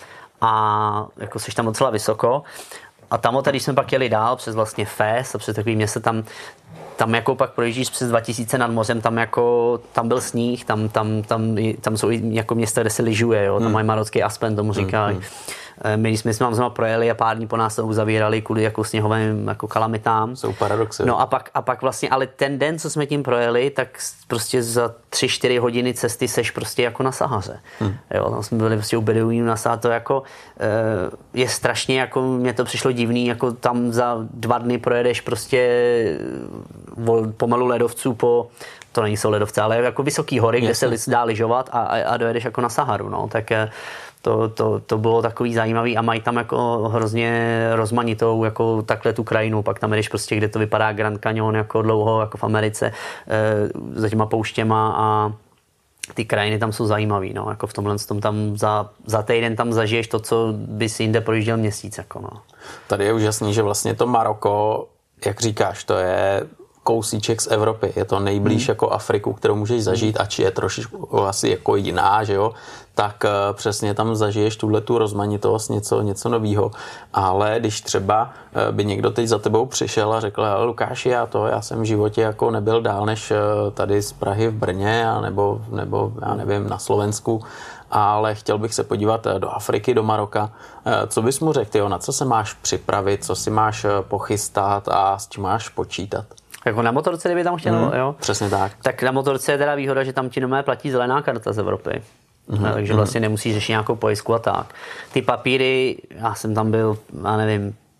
a jako jsi tam docela vysoko a tam, když jsme pak jeli dál přes vlastně Fes a přes takový město, tam, tam jako pak projíždíš přes dva tisíce nad mořem, tam jako, tam byl sníh, tam, tam, tam, tam jsou i jako města, kde se lyžuje, jo, tam hmm. mají marocký Aspen, tomu říkají. Hmm. My jsme s nám projeli a pár dní po nás to uzavírali kvůli jako sněhovým jako kalamitám. Jsou paradoxy. No a pak, a pak vlastně, ale ten den, co jsme tím projeli, tak prostě za tři čtyři hodiny cesty seš prostě jako na Sahaře. Hmm. Jo, tam jsme byli prostě u Beduínů na Sahaře, to jako je strašně, jako mně to přišlo divný, jako tam za dva dny projedeš prostě pomalu ledovců po, to není jsou ledovce, ale jako vysoký hory, Jasně. kde se dá lyžovat a, a, a dojedeš jako na Saharu, no, tak To, to, to bylo takový zajímavý a mají tam jako hrozně rozmanitou jako takhle tu krajinu, pak tam jdeš prostě, kde to vypadá Grand Canyon jako dlouho, jako v Americe, e, za těma pouštěma a ty krajiny tam jsou zajímavý, no, jako v tomhle tom tam za, za týden tam zažiješ to, co bys jinde projížděl měsíc, jako no. Tady je úžasný, že vlastně to Maroko, jak říkáš, to je kousíček z Evropy. Je to nejblíž hmm. jako Afriku, kterou můžeš zažít, ač je trošičku asi jako jiná, že jo, tak uh, přesně tam zažiješ tuhle tu rozmanitost, něco, něco novýho. Ale když třeba uh, by někdo teď za tebou přišel a řekl, Lukáši, já to, já jsem v životě jako nebyl dál než uh, tady z Prahy v Brně, a nebo, nebo já nevím, na Slovensku, ale chtěl bych se podívat do Afriky, do Maroka. Co bys mu řekl, tyjo, na co se máš připravit, co si máš pochystat a s čím máš počítat? Jako na motorce, kdyby tam chtěl, mm, jo? Přesně tak. Tak na motorce je teda výhoda, že tam ti nomé platí zelená karta z Evropy. Mm-hmm. Takže vlastně nemusíš řešit nějakou pojistku a tak. Ty papíry, já jsem tam byl, já nevím,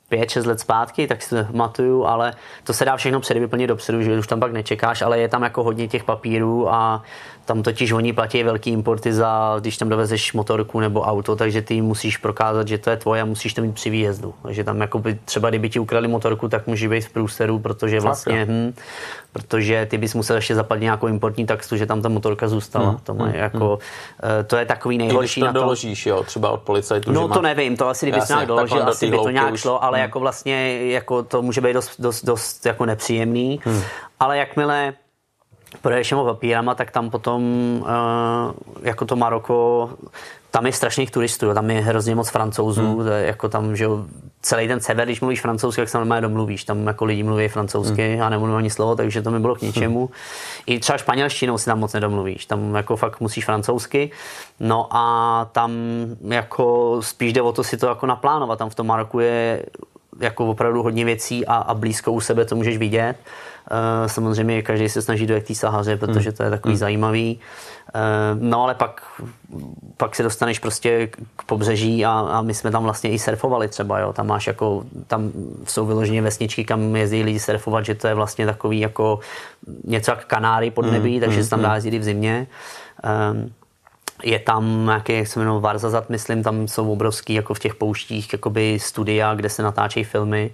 pět, šest let zpátky, tak si to nepamatuju, ale to se dá všechno předem plně dopředu, že už tam pak nečekáš, ale je tam jako hodně těch papírů a tam totiž oni platí velký importy za, když tam dovezeš motorku nebo auto, takže ty musíš prokázat, že to je tvoje a musíš to mít při výjezdu. Takže tam jako by, třeba kdyby ti ukradli motorku, tak může být v průseru, protože vlastně, hm, protože ty bys musel ještě zaplatit nějakou importní taxu, že tam ta motorka zůstala. Hmm, to, hmm, jako, hmm. to je takový nejhorší. I když to na to doložíš, jo, třeba od policajtu. No to má... nevím, to asi kdybys nějak doložil, asi by to nějak už... šlo, ale hmm. jako vlastně jako to může být dost, dost, dost jako nepříjemný, hmm. ale jakmile projedeš těma papírama, tak tam potom uh, jako to Maroko, tam je strašných turistů, jo, tam je hrozně moc Francouzů, hmm. to je jako tam, že jo, celý ten sever, když mluvíš francouzsky, tak se normálně domluvíš, tam jako lidi mluví francouzsky hmm. a nemluvím ani slovo, takže to mi bylo k ničemu. Hmm. I třeba španělštinou si tam moc nedomluvíš, tam jako fakt musíš francouzsky, no a tam jako spíš jde o to si to jako naplánovat, tam v tom Maroku je jako opravdu hodně věcí a, a blízko u sebe to můžeš vidět. Uh, samozřejmě každý se snaží dojít k té Sahaře, protože to je takový hmm. zajímavý. Uh, no ale pak, pak se dostaneš prostě k pobřeží a, a my jsme tam vlastně i surfovali třeba, jo. Tam máš jako, tam jsou vyloženě vesničky, kam jezdí lidi surfovat, že to je vlastně takový jako něco jak Kanáry pod nebí, hmm. takže hmm. se tam dá jezdit i v zimě. Um, Je tam nějaký, jak se jmenuje, Varzazat, myslím, tam jsou obrovský jako v těch pouštích jakoby studia, kde se natáčejí filmy.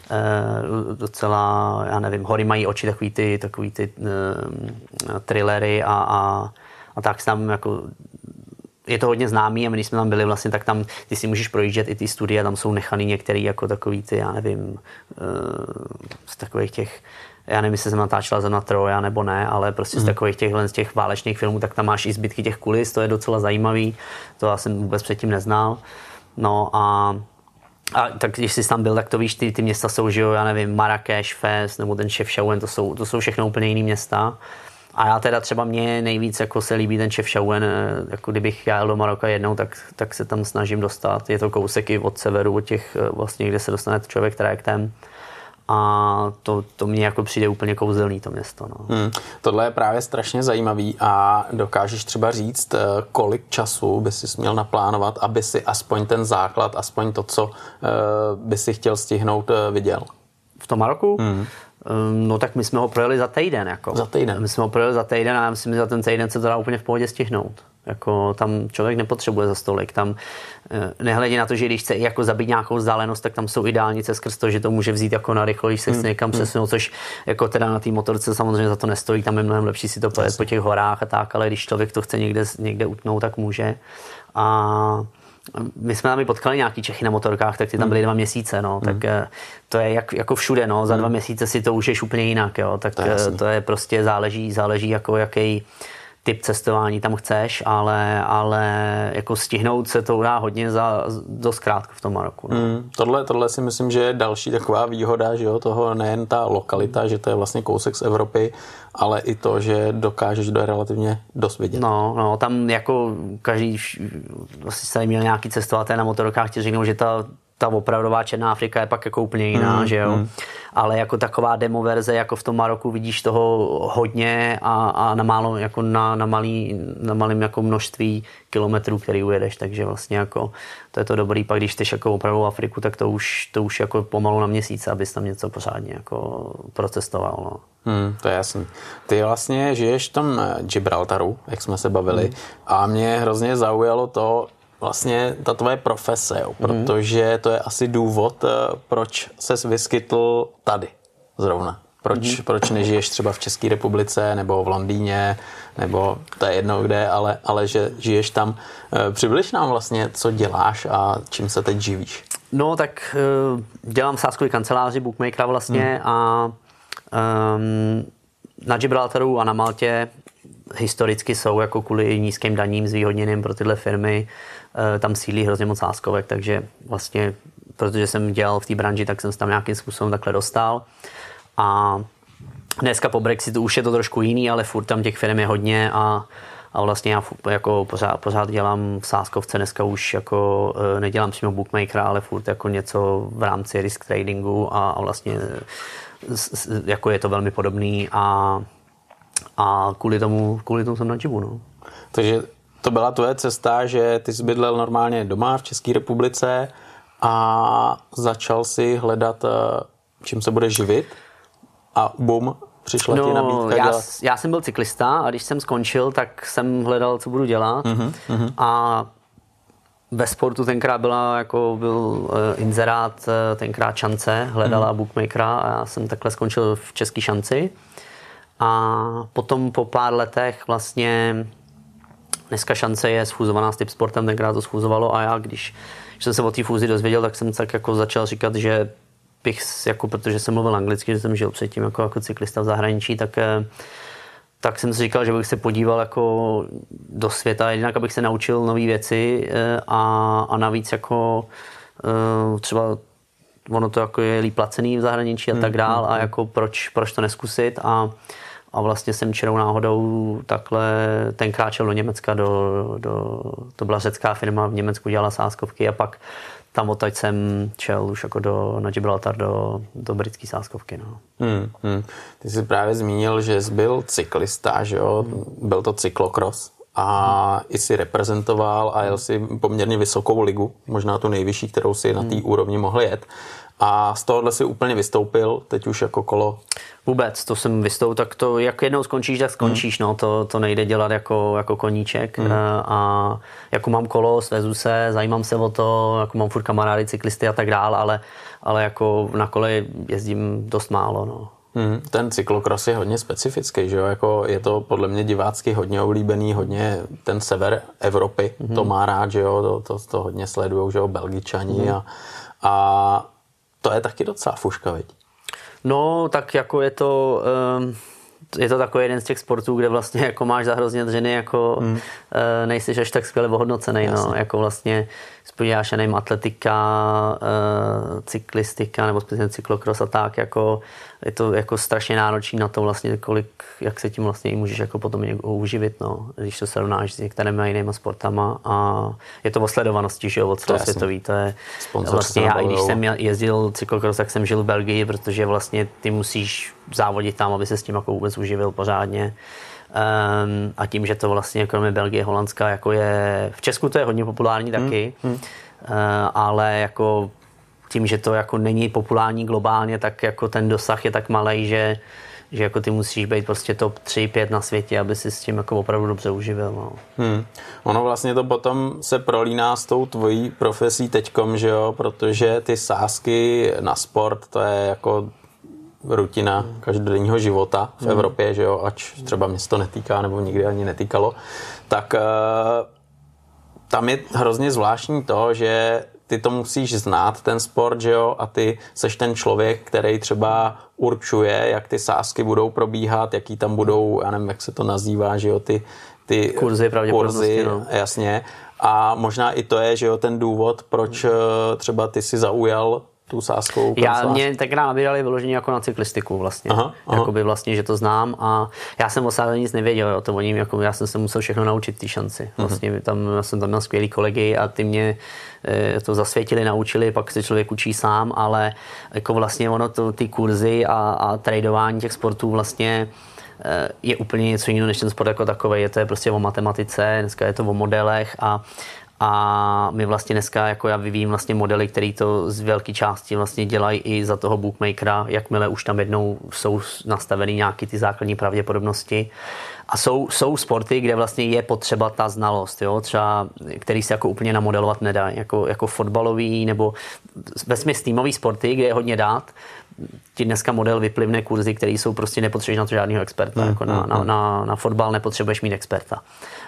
E, docela, já nevím, Hory mají oči, takový ty, takový ty e, thrillery a, a, a tak tam jako je to hodně známý a my, když jsme tam byli vlastně, tak tam ty si můžeš projíždět i ty studia, tam jsou nechaný některý jako takový ty, já nevím, e, z takových těch, já nevím, jestli jsem natáčela Zem na Troja nebo ne, ale prostě mm. z takových těch, z těch válečných filmů, tak tam máš i zbytky těch kulis, to je docela zajímavý, to já jsem vůbec předtím neznal. No a, a tak když jsi tam byl, tak to víš, ty, ty města jsou, že jo, já nevím, Marrakeš, Fez nebo ten Chefchaouen, to jsou, to jsou všechno úplně jiný města. A já teda třeba mě nejvíc jako se líbí ten Chefchaouen, jako kdybych jel do Maroka jednou, tak, tak se tam snažím dostat. Je to kousek i od severu, od těch vlastně, kde se dostane člověk trajektem. A to, to mně jako přijde úplně kouzelný to město. No. Hmm. Tohle je právě strašně zajímavý a dokážeš třeba říct, kolik času by si měl naplánovat, aby si aspoň ten základ, aspoň to, co uh, by si chtěl stihnout, uh, viděl? V tom Maroku? Hmm. Um, no tak my jsme ho projeli za týden. Jako. Za týden? My jsme ho projeli za týden a já myslím, že za ten týden se to dá úplně v pohodě stihnout. Jako tam člověk nepotřebuje za stolik. Tam nehledě na to, že když chce jako zabít nějakou vzdálenost, tak tam jsou i dálnice skrz to, že to může vzít jako na rychlo, když se chce někam přesunout, což jako teda na té motorce samozřejmě za to nestojí, tam je mnohem lepší si to pojet po těch horách a tak, ale když člověk to chce někde, někde utnout, tak může. A my jsme tam i potkali nějaký Čechy na motorkách, tak ty tam byly dva měsíce, no, tak mm. to je jak, jako všude, no, za dva mm. měsíce si to užiješ úplně jinak, jo, tak to je, to je prostě záleží, záleží jako jaký typ cestování tam chceš, ale, ale jako stihnout se to dá hodně za dost krátko v tom Maroku. No. Mm, tohle, tohle si myslím, že je další taková výhoda, že jo, toho nejen ta lokalita, že to je vlastně kousek z Evropy, ale i to, že dokážeš do relativně dost vidět. No, no, tam jako každý, vlastně se měl nějaký cestovatel na motorkách, ti řeknou, že ta ta opravdová Černá Afrika je pak jako úplně jiná, mm, že jo. Mm. Ale jako taková demo verze, jako v tom Maroku vidíš toho hodně a, a na málo, jako na, na, malý, na malým jako množství kilometrů, který ujedeš, takže vlastně jako to je to dobrý. Pak když jdeš jako opravdu Afriku, tak to už, to už jako pomalu na měsíc, abys tam něco pořádně jako procestoval, no. Hmm, to je jasný. Ty vlastně žiješ v tom Gibraltaru, jak jsme se bavili, mm. a mě hrozně zaujalo to, vlastně ta tvoje profese, jo, protože to je asi důvod, proč ses vyskytl tady zrovna. Proč, mm-hmm. proč nežiješ třeba v České republice nebo v Londýně, nebo to je jedno kde, ale, ale že žiješ tam. Přibliž nám vlastně, co děláš a čím se teď živíš. No tak dělám v sázkové kanceláři bookmakera vlastně mm. a um, na Gibraltaru a na Maltě historicky jsou jako kvůli nízkým daním zvýhodněným pro tyhle firmy. Tam sídlí hrozně moc sázkovek, takže vlastně, protože jsem dělal v té branži, tak jsem se tam nějakým způsobem takhle dostal. A dneska po Brexitu už je to trošku jiný, ale furt tam těch firm je hodně a, a vlastně já jako pořád, pořád dělám v sázkovce, dneska už jako nedělám přímo bookmakera, ale furt jako něco v rámci risk tradingu a, a vlastně jako je to velmi podobný a, a kvůli tomu, kvůli tomu jsem na Gibu, no. Takže to byla tvoje cesta, že ty jsi bydlel normálně doma v České republice a začal si hledat, čím se bude živit a bum, přišla no, ti nabídka já, dělat. já jsem byl cyklista a když jsem skončil, tak jsem hledal, co budu dělat uh-huh, uh-huh. a ve sportu tenkrát byla, jako byl uh, inzerát, uh, tenkrát Šance, hledala mm. bookmakera a já jsem takhle skončil v České Šanci. A potom po pár letech vlastně dneska Šance je sfúzovaná s Tipsportem, tenkrát to sfúzovalo a já, když, když jsem se o té fúzi dozvěděl, tak jsem tak jako začal říkat, že bych, jako, protože jsem mluvil anglicky, že jsem žil předtím jako, jako cyklista v zahraničí, tak tak jsem si říkal, že bych se podíval jako do světa, jinak abych se naučil nové věci a, a navíc jako třeba ono to jako je líp placený v zahraničí a tak dál a jako proč, proč to neskusit a, a vlastně jsem čirou náhodou takhle tenkrát šel do Německa, do, do, to byla řecká firma, v Německu dělala sázkovky a pak tam odtaď jsem šel už jako do, na Gibraltar do, do britské sázkovky. No. Hmm, hmm. Ty jsi právě zmínil, že jsi byl cyklista, že jo? Hmm. Byl to cyklokros a hmm. i si reprezentoval a jel si poměrně vysokou ligu, možná tu nejvyšší, kterou si na té hmm. úrovni mohl jet. A z tohohle si úplně vystoupil, teď už jako kolo? Vůbec, to jsem vystoupil, tak to jak jednou skončíš, tak skončíš, hmm. no, to, to nejde dělat jako, jako koníček hmm. a jako mám kolo, svezu se, zajímám se o to, jako mám furt kamarády, cyklisty a tak dál, ale, ale jako na kole jezdím dost málo, no. Hmm, ten cyklokros je hodně specifický, že jo? Jako je to podle mě divácky hodně oblíbený, hodně ten sever Evropy hmm. to má rád, že jo? To, to, to hodně sledujou, že jo? Belgičani hmm. a, a to je taky docela fuška, viď? No, tak jako je to, um, je to takový jeden z těch sportů, kde vlastně jako máš za hrozně dřiny, jako hmm. uh, nejsiš až tak skvěle ohodnocený, no, jako vlastně podíváš, nevím, atletika, uh, cyklistika nebo speciálně cyklokros a tak, jako je to jako strašně náročný na to vlastně, kolik, jak se tím vlastně i můžeš jako potom uživit, no, když to srovnáš s některými jinými sportama a je to o sledovanosti, že jo, od celosvětový, to je vlastně já, i když jsem jezdil cyklokros, tak jsem žil v Belgii, protože vlastně ty musíš závodit tam, aby se s tím jako vůbec uživil pořádně. Um, a tím, že to vlastně kromě Belgie, Holandska, jako je, v Česku to je hodně populární taky, hmm. Hmm. Uh, ale jako tím, že to jako není populární globálně, tak jako ten dosah je tak malej, že, že jako ty musíš být prostě top tři pět na světě, aby si s tím jako opravdu dobře uživil. No. Hmm. Ono vlastně to potom se prolíná s tou tvojí profesí teďkom, že jo, protože ty sázky na sport, to je jako rutina každodenního života v Evropě, že jo, ač třeba mě to netýká nebo nikdy ani netýkalo, tak uh, tam je hrozně zvláštní to, že ty to musíš znát, ten sport, že jo, a ty seš ten člověk, který třeba určuje, jak ty sázky budou probíhat, jaký tam budou, já nevím, jak se to nazývá, že jo, ty, ty kurzy, kurzy, no. Jasně. A možná i to je, že jo, ten důvod, proč třeba ty si zaujal tu sázkou kancelář. Já mě tenkrát nabírali vyloženě jako na cyklistiku vlastně. Aha, aha. Jakoby vlastně, že to znám a já jsem o sáze nic nevěděl, jo, to o ním, jako já jsem se musel všechno naučit té Šanci. Vlastně uh-huh. tam, já jsem tam měl skvělý kolegy a ty mě e, to zasvětili, naučili, pak se člověk učí sám, ale jako vlastně ono to, ty kurzy a, a tradování těch sportů vlastně je úplně něco jiného než ten sport jako takový. Je to je prostě o matematice, dneska je to o modelech a A my vlastně dneska, jako já vyvíjím vlastně modely, které to z velké části vlastně dělají i za toho bookmakera, jakmile už tam jednou jsou nastaveny nějaké ty základní pravděpodobnosti. A jsou, jsou sporty, kde vlastně je potřeba ta znalost, jo? Třeba, který se jako úplně namodelovat nedá, jako, jako fotbalový nebo vesměs týmový sporty, kde je hodně dát. Ti dneska model vyplivne kurzy, které jsou prostě nepotřebuješ na to žádného experta. Mm, jako na, mm, na, na, na fotbal nepotřebuješ mít experta.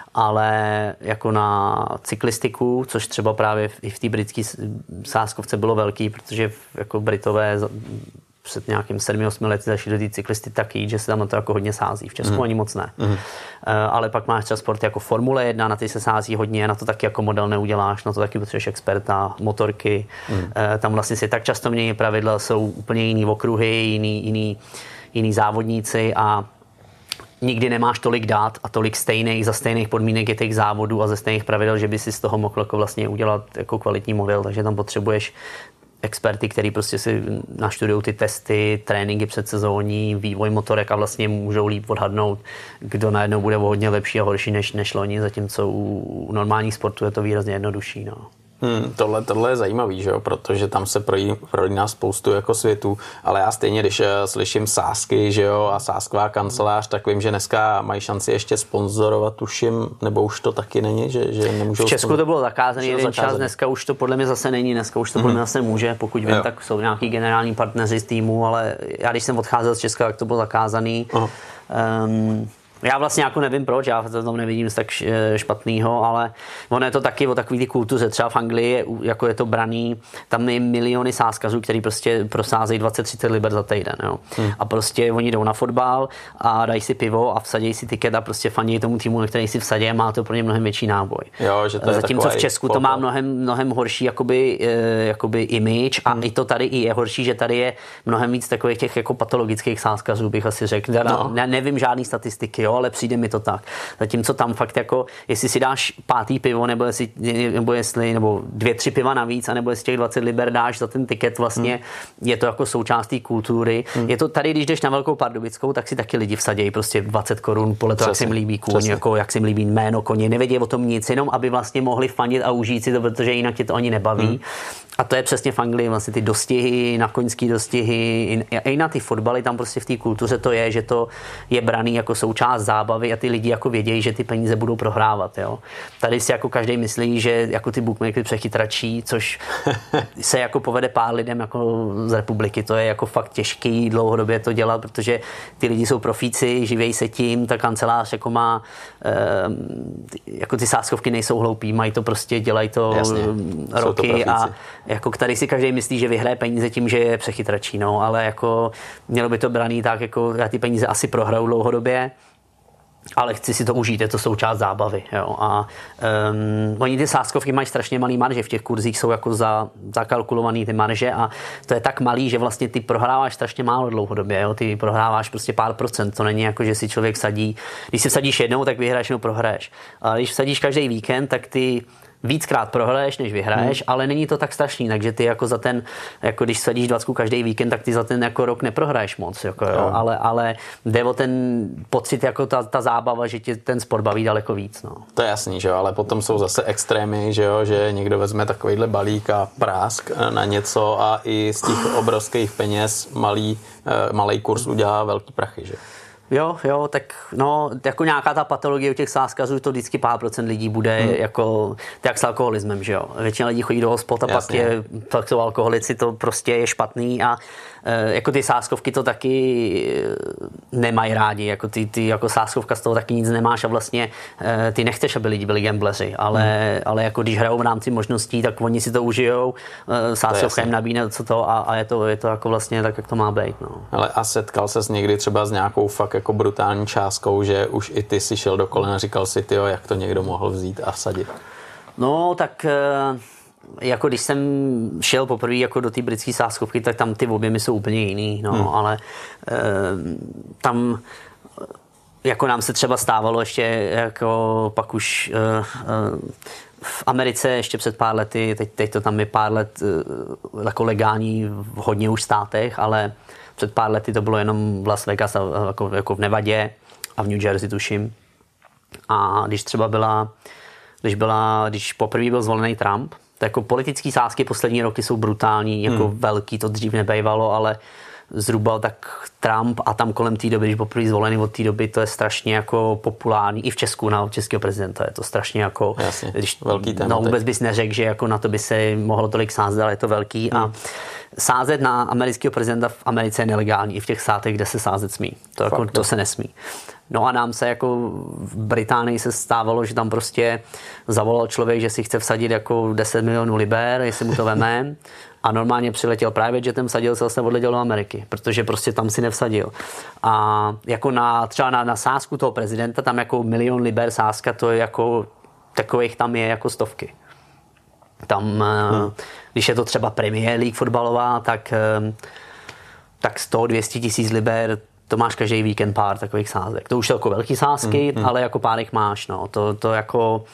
Ale jako na cyklistiku, což třeba právě i v té britské sázkovce bylo velký, protože jako Britové před nějakým sedmi osmi lety zašli do té cyklisty taky, že se tam na to jako hodně sází. V Česku mm. ani moc ne. Mm. Ale pak máš třeba sport jako Formule jedna, na ty se sází hodně, na to taky jako model neuděláš, na to taky potřebuješ experta, motorky. Mm. Tam vlastně si tak často mění pravidla, jsou úplně jiný okruhy, jiný, jiný, jiný závodníci a nikdy nemáš tolik dát a tolik stejných, za stejných podmínek je těch závodů a ze stejných pravidel, že by si z toho mohl jako vlastně udělat jako kvalitní model, takže tam potřebuješ experty, který prostě si naštudujou ty testy, tréninky předsezónní, vývoj motorek a vlastně můžou líp odhadnout, kdo najednou bude hodně lepší a horší než, než loni, zatímco u normálních sportů je to výrazně jednodušší. No. Hmm, tohle, tohle je zajímavý, že jo? Protože tam se prolíná spoustu jako světů, ale já stejně, když uh, slyším sázky, že jo, a sázková kancelář, tak vím, že dneska mají šanci ještě sponzorovat, tuším, nebo už to taky není, že, že nemůžou... V Česku sponzor... to bylo zakázané jeden zakázaný. čas, dneska už to podle mě zase není, dneska už to podle mě zase může, pokud vím, jo. tak jsou nějaký generální partneři z týmu, ale já když jsem odcházel z Česka, tak to bylo zakázaný. Um, Já vlastně jako nevím proč, já to tam nevidím tak špatného, ale ono je to taky o takový ty kultuře. Třeba v Anglii, jako je to braný, tam je miliony sázkařů, který prostě prosázejí dvacet třicet liber za týden. Jo. Hmm. A prostě oni jdou na fotbal a dají si pivo a vsadějí si tiket a prostě fandí tomu týmu, na který si vsadí a má to pro ně mnohem větší náboj. Jo, že to je zatímco v Česku foto. To má mnohem, mnohem horší jakoby, jakoby image a hmm. i to tady i je horší, že tady je mnohem víc takových těch jako patologických sázkařů, bych asi řekl. No. Ne, nevím žádný statistiky, jo, ale přijde mi to tak. Zatímco tam fakt jako, jestli si dáš pátý pivo, nebo jestli, nebo jestli, nebo dvě, tři piva navíc, a nebo jestli těch dvacet liber dáš za ten tiket, vlastně hmm. je to jako součástí kultury. Hmm. Je to tady, když jdeš na Velkou Pardubickou, tak si taky lidi vsadějí prostě dvacet korun podle toho, jak se jim líbí kůň, jako jak se jim líbí jméno koně, nevědí o tom nic, jenom aby vlastně mohli fandit a užít si to, protože jinak tě to ani nebaví. Hmm. A to je přesně v Anglii vlastně ty dostihy, na koňský dostihy, i, i na ty fotbaly, tam prostě v té kultuře to je, že to je braný jako součást zábavy a ty lidi jako vědějí, že ty peníze budou prohrávat. Jo. Tady si jako každý myslí, že jako ty bookmakery přechytračí, což se jako povede pár lidem jako z republiky. To je jako fakt těžký dlouhodobě to dělat, protože ty lidi jsou profíci, živějí se tím, ta kancelář jako má, jako ty sázkovky nejsou hloupí, mají to prostě, dělají to Jasně. roky a jako tady si každý myslí, že vyhraje peníze tím, že je přechytračí, no, ale jako mělo by to braný tak, jako já ty peníze asi prohraju dlouhodobě, ale chci si to užít, je to součást zábavy, jo. A um, oni ty sázkovky mají strašně malý marže, v těch kurzích jsou jako za, zakalkulovaný ty marže a to je tak malý, že vlastně ty prohráváš strašně málo dlouhodobě, jo. Ty prohráváš prostě pár procent, to není jako, že si člověk sadí, když si sadíš jednou, tak vyhraješ nebo prohraješ. A když sadíš každý víkend, tak ty víckrát prohraješ, než vyhraješ, hmm. ale není to tak strašný, takže ty jako za ten, jako když sadíš dvacku každý víkend, tak ty za ten jako rok neprohraješ moc, jako, jo, hmm. ale, ale jde o ten pocit, jako ta, ta zábava, že tě ten sport baví daleko víc, no. To je jasný, že jo, ale potom jsou zase extrémy, že jo, že někdo vezme takovýhle balík a prásk na něco a i z těch obrovských peněz malý, malej kurz udělá velký prachy, že? Jo, jo, tak no, jako nějaká ta patologie u těch sázkařů, to vždycky pár procent lidí bude hmm. jako, jak s alkoholismem, že jo. Většina lidí chodí do hospod a pak, je, pak jsou alkoholici, to prostě je špatný a e, jako ty sázkovky to taky nemají rádi, jako ty, ty jako sázkovka z toho taky nic nemáš a vlastně e, ty nechceš, aby lidi byli gambleři, ale, hmm. ale jako když hrajou v rámci možností, tak oni si to užijou, e, sázkovka jim nabídne co to a, a je, to, je to jako vlastně tak, jak to má být, no. Ale a setkal ses někdy třeba s nějakou fakt jako brutální částkou, že už i ty si šel do kolena a říkal si, tyjo, jak to někdo mohl vzít a vsadit? No, tak jako když jsem šel poprvé jako do té britské sázkovky, tak tam ty objemy jsou úplně jiný, no, hmm. ale tam jako nám se třeba stávalo ještě jako pak už v Americe ještě před pár lety, teď, teď to tam je pár let jako legální v hodně už státech, ale před pár lety to bylo jenom v Las Vegas, jako, jako v Nevadě a v New Jersey tuším. A když třeba byla, když byla, když poprvé byl zvolený Trump, tak jako politický sázky poslední roky jsou brutální, jako hmm. velký, to dřív nebejvalo, ale zhruba tak Trump a tam kolem té doby, když byl první zvolený od té doby, to je strašně jako populární. I v Česku na českého prezidenta je to strašně jako... Jasně, když, velký téma. No vůbec bys neřekl, že jako na to by se mohlo tolik sázet, ale je to velký. Hmm. A sázet na amerického prezidenta v Americe je nelegální i v těch státech, kde se sázet smí. To, jako, to se nesmí. No a nám se jako v Británii se stávalo, že tam prostě zavolal člověk, že si chce vsadit jako deset milionů liber, jestli mu to veme. A normálně přiletěl private jetem, vsadil se, vlastně odletěl do Ameriky, protože prostě tam si nevsadil. A jako na, třeba na, na sázku toho prezidenta, tam jako milion liber sázka, to je jako, takových tam je jako stovky. Tam, hmm. když je to třeba Premier League fotbalová, tak, tak sto dvě stě tisíc liber, to máš každý víkend pár takových sázek. To už jsou jako velký sázky, hmm. ale jako pár jich máš, no. To, to jako...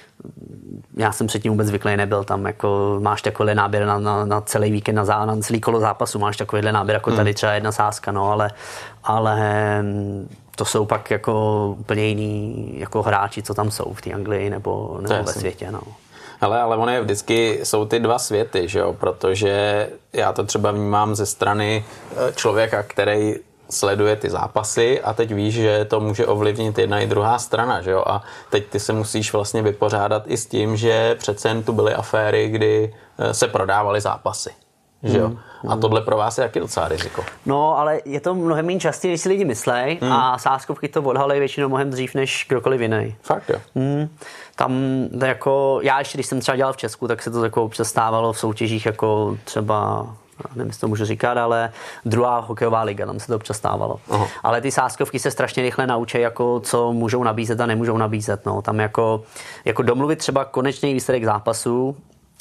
Já jsem předtím vůbec zvyklý nebyl, tam jako máš takovýhle náběr na, na, na celý víkend, na, zá, na celý kolo zápasu, máš takovýhle náběr jako tady třeba jedna sázka, no, ale, ale to jsou pak jako úplně jiný jako hráči, co tam jsou v té Anglii nebo, nebo ve světě, no. Ale, ale ono je vždycky, jsou ty dva světy, že jo, protože já to třeba vnímám ze strany člověka, který sleduje ty zápasy a teď víš, že to může ovlivnit jedna i druhá strana, že jo, a teď ty se musíš vlastně vypořádat i s tím, že přece jen tu byly aféry, kdy se prodávaly zápasy. Že jo? Hmm. A tohle pro vás je jaký docela riziko? No, ale je to mnohem méně častý, než si lidi myslej, hmm. a sázkovky to odhalí většinou mnohem dřív než kdokoliv jiný. Fakt jo? Hmm. Tam jako, já ještě, když jsem třeba dělal v Česku, tak se to jako občas stávalo v soutěžích jako třeba, nevím, jestli to můžu říkat, ale druhá hokejová liga, tam se to občas stávalo. Aha. Ale ty sázkovky se strašně rychle naučí, jako co můžou nabízet a nemůžou nabízet. No. Tam jako, jako domluvit třeba konečný výsledek zápasu,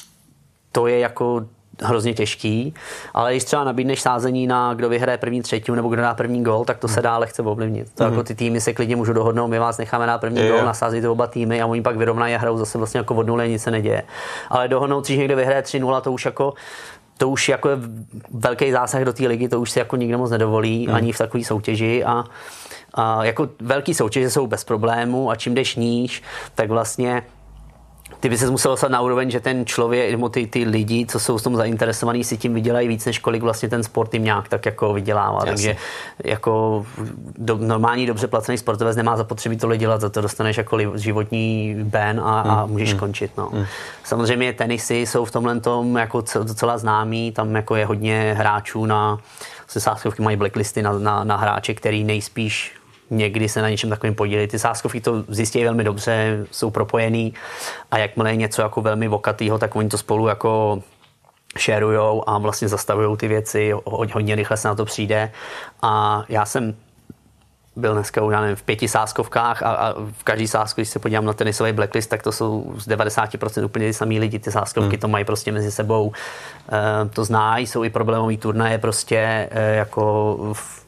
to je jako hrozně těžký, ale když třeba nabídneš sázení na kdo vyhraje první třetinu nebo kdo dá první gól, tak to se dá lehce ovlivnit. To mm-hmm. jako ty týmy se klidně můžou dohodnout, my vás necháme na první gól, nasázíte oba týmy a oni pak vyrovnají a hrajou zase vlastně jako od nuly, nic se neděje. Ale dohodnout si, že někdo vyhraje tři nula, to už jako to už jako je velký zásah do té ligy, to už si jako nikdo moc nedovolí, mm. ani v takové soutěži a, a jako velký soutěže jsou bez problémů a čím jdeš níž, tak vlastně ty by se musel dostat na úroveň, že ten člověk, nebo ty, ty lidi, co jsou v tom zainteresovaní, si tím vydělají víc, než kolik vlastně ten sport jim nějak tak jako vydělává. Jasně. Takže jako do, normální dobře placený sportovec nemá zapotřebí tohle dělat, za to dostaneš jako životní ban a, a hmm. můžeš hmm. končit. No. Hmm. Samozřejmě tenisy jsou v tomhle tom jako docela známý, tam jako je hodně hráčů na, se sázkovky mají blacklisty na, na, na hráče, který nejspíš někdy se na něčem takovým podílí. Ty sázkovky to zjistí velmi dobře, jsou propojený a jakmile je něco jako velmi vokatýho, tak oni to spolu jako šerujou a vlastně zastavují ty věci, hodně rychle se na to přijde. A já jsem byl dneska já nevím, v pěti sázkovkách a, a v každý sázku, když se podívám na tenisový blacklist, tak to jsou z devadesát procent úplně ty samý lidi, ty sázkovky hmm. to mají prostě mezi sebou, e, to znají, jsou i problémový turnaje prostě e, jako v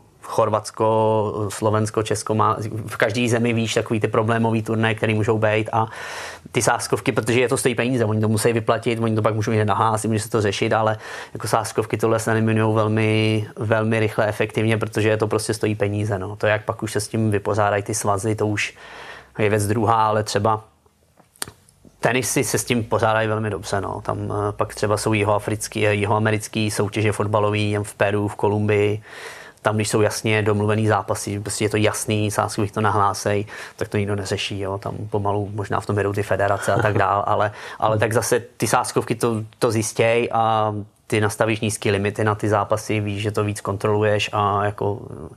Chorvatsko, Slovensko, Česko má, v každé zemi víš takový ty problémový turnaje, které můžou být a ty sázkovky, protože je to stojí peníze, oni to musí vyplatit, oni to pak můžou jít nahlásit, může se to řešit, ale jako sázkovky tohle se eliminují velmi, velmi rychle, efektivně, protože to prostě stojí peníze. No. To, jak pak už se s tím vypořádají ty svazy, to už je věc druhá, ale třeba tenisy se s tím pořádají velmi dobře. No. Tam uh, pak třeba jsou jihoafrický, jihoamerický soutěže fotbalový v Peru, v Kolumbii. Tam, když jsou jasně domluvený zápasy, prostě je to jasný, sázkových to nahlásej, tak to nikdo neřeší. Jo. Tam pomalu možná v tom jedou ty federace a tak dál, ale, ale tak zase ty sázkovky to, to zjistěj a ty nastavíš nízký limity na ty zápasy, víš, že to víc kontroluješ a jako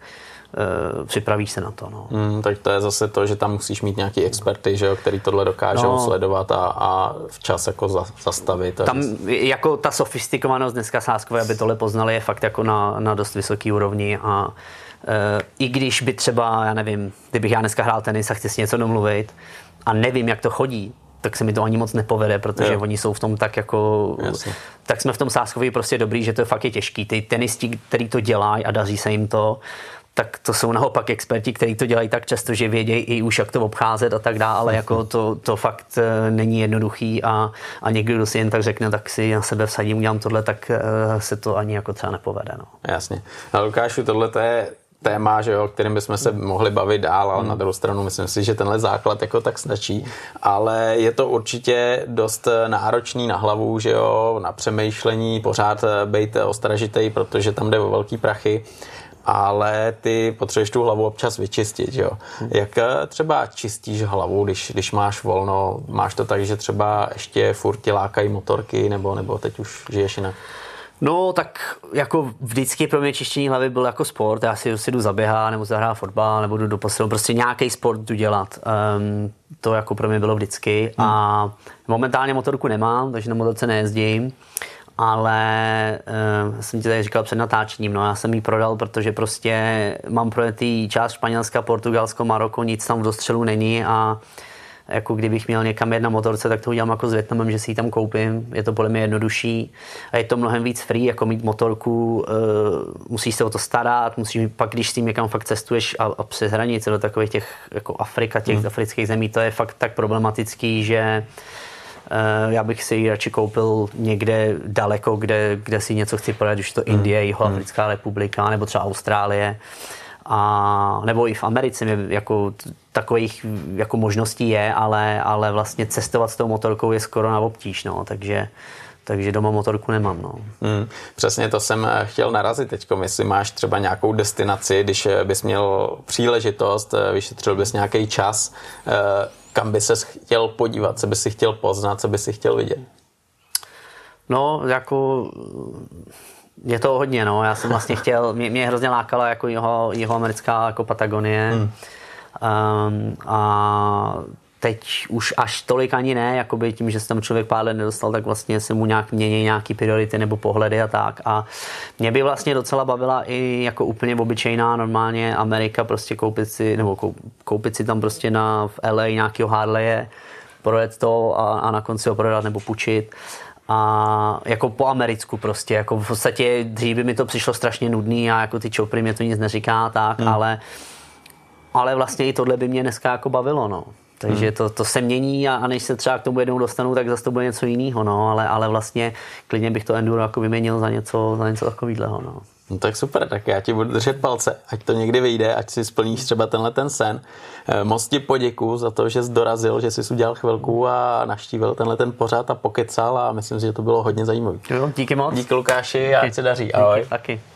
e, připravíš se na to. No. Mm, tak to je zase to, že tam musíš mít nějaký experty, že jo, který tohle dokážou no, sledovat a, a včas jako za, zastavit. Tam jako ta sofistikovanost dneska sázkové, aby tohle poznali, je fakt jako na, na dost vysoký úrovni a e, i když by třeba, já nevím, kdybych já dneska hrál tenis a chci si něco domluvit a nevím, jak to chodí, tak se mi to ani moc nepovede, protože jo. oni jsou v tom tak jako... Jasně. Tak jsme v tom sázkově prostě dobrý, že to fakt je těžký. Ty tenisti, který to dělají a daří se jim to, tak to jsou naopak experti, kteří to dělají tak často, že vědějí i už, jak to obcházet a tak dále, ale jako to, to fakt není jednoduchý a, a někdo, kdo si jen tak řekne, tak si na sebe vsadím, udělám tohle, tak se to ani jako třeba nepovede. No. Jasně. A Lukášu, tohle to je téma, že jo, o kterým bychom se mohli bavit dál, ale hmm. na druhou stranu myslím si, že tenhle základ jako tak stačí, ale je to určitě dost náročný na hlavu, že jo, na přemýšlení, pořád být ostražitej, protože tam jde o velký prachy, ale ty potřebuješ tu hlavu občas vyčistit, že jo. Hmm. Jak třeba čistíš hlavu, když, když máš volno, máš to tak, že třeba ještě furt tě lákají motorky, nebo, nebo teď už žiješ jinak? No, tak jako vždycky pro mě čištění hlavy byl jako sport. Já si, si jdu zaběhat, nebo zahrát fotbal, nebo jdu do posilu. Prostě nějaký sport jdu dělat. Um, to jako pro mě bylo vždycky. Hmm. A momentálně motorku nemám, takže na motorce nejezdím. Ale um, jsem ti tady říkal před natáčením, no já jsem ji prodal, protože prostě mám projetý část Španělska, Portugalsko, Maroko, nic tam v dostřelu není a jako kdybych měl někam jet na motorce, tak to udělám jako s Vietnamem, že si ji tam koupím. Je to podle mě jednodušší a je to mnohem víc free, jako mít motorku, uh, musíš se o to starat, musíš pak, když s tím někam fakt cestuješ a, a přes hranice do takových těch jako Afrika, těch hmm. afrických zemí, to je fakt tak problematický, že uh, já bych si ji radši koupil někde daleko, kde, kde si něco chci podat, už to Indie, hmm. Jihoafrická republika, nebo třeba Austrálie. A, nebo i v Americe jako takových jako možností je, ale, ale vlastně cestovat s tou motorkou je skoro na obtíž, no, takže takže doma motorku nemám. No. Hmm, přesně to jsem chtěl narazit teďko. Jestli máš třeba nějakou destinaci, když bys měl příležitost, vyšetřil bys nějaký čas, kam by ses chtěl podívat, co bys si chtěl poznat, co bys si chtěl vidět? No, jako je to hodně, no. Já jsem vlastně chtěl, mě, mě hrozně lákala jako jeho, jeho americká jako Patagonie. Hmm. Um, a teď už až tolik ani ne, jakoby tím, že se tam člověk pár let nedostal, tak vlastně se mu nějak mění nějaký priority nebo pohledy a tak. A mě by vlastně docela bavila i jako úplně obyčejná normálně Amerika, prostě koupit si, nebo koupit si tam prostě na v L A nějakýho Harleje, projet to a, a na konci ho prodat nebo půjčit. A jako po americku prostě, jako v podstatě dřív by mi to přišlo strašně nudný a jako ty čopry mě to nic neříká tak, hmm. ale, ale vlastně i tohle by mě dneska jako bavilo, no. Takže to, to se mění a, a než se třeba k tomu jednou dostanu, tak zase to bude něco jiného, no, ale, ale vlastně klidně bych to enduro jako vyměnil za něco, za něco takového, no. No tak super, tak já ti budu držet palce, ať to někdy vyjde, ať si splníš třeba tenhle ten sen. Moc ti poděkuju za to, že jsi dorazil, že jsi udělal chvilku a navštívil tenhle ten pořad a pokecal a myslím si, že to bylo hodně zajímavé. Jo, díky moc. Díky Lukáši a ať se daří. Ahoj. Díky, taky.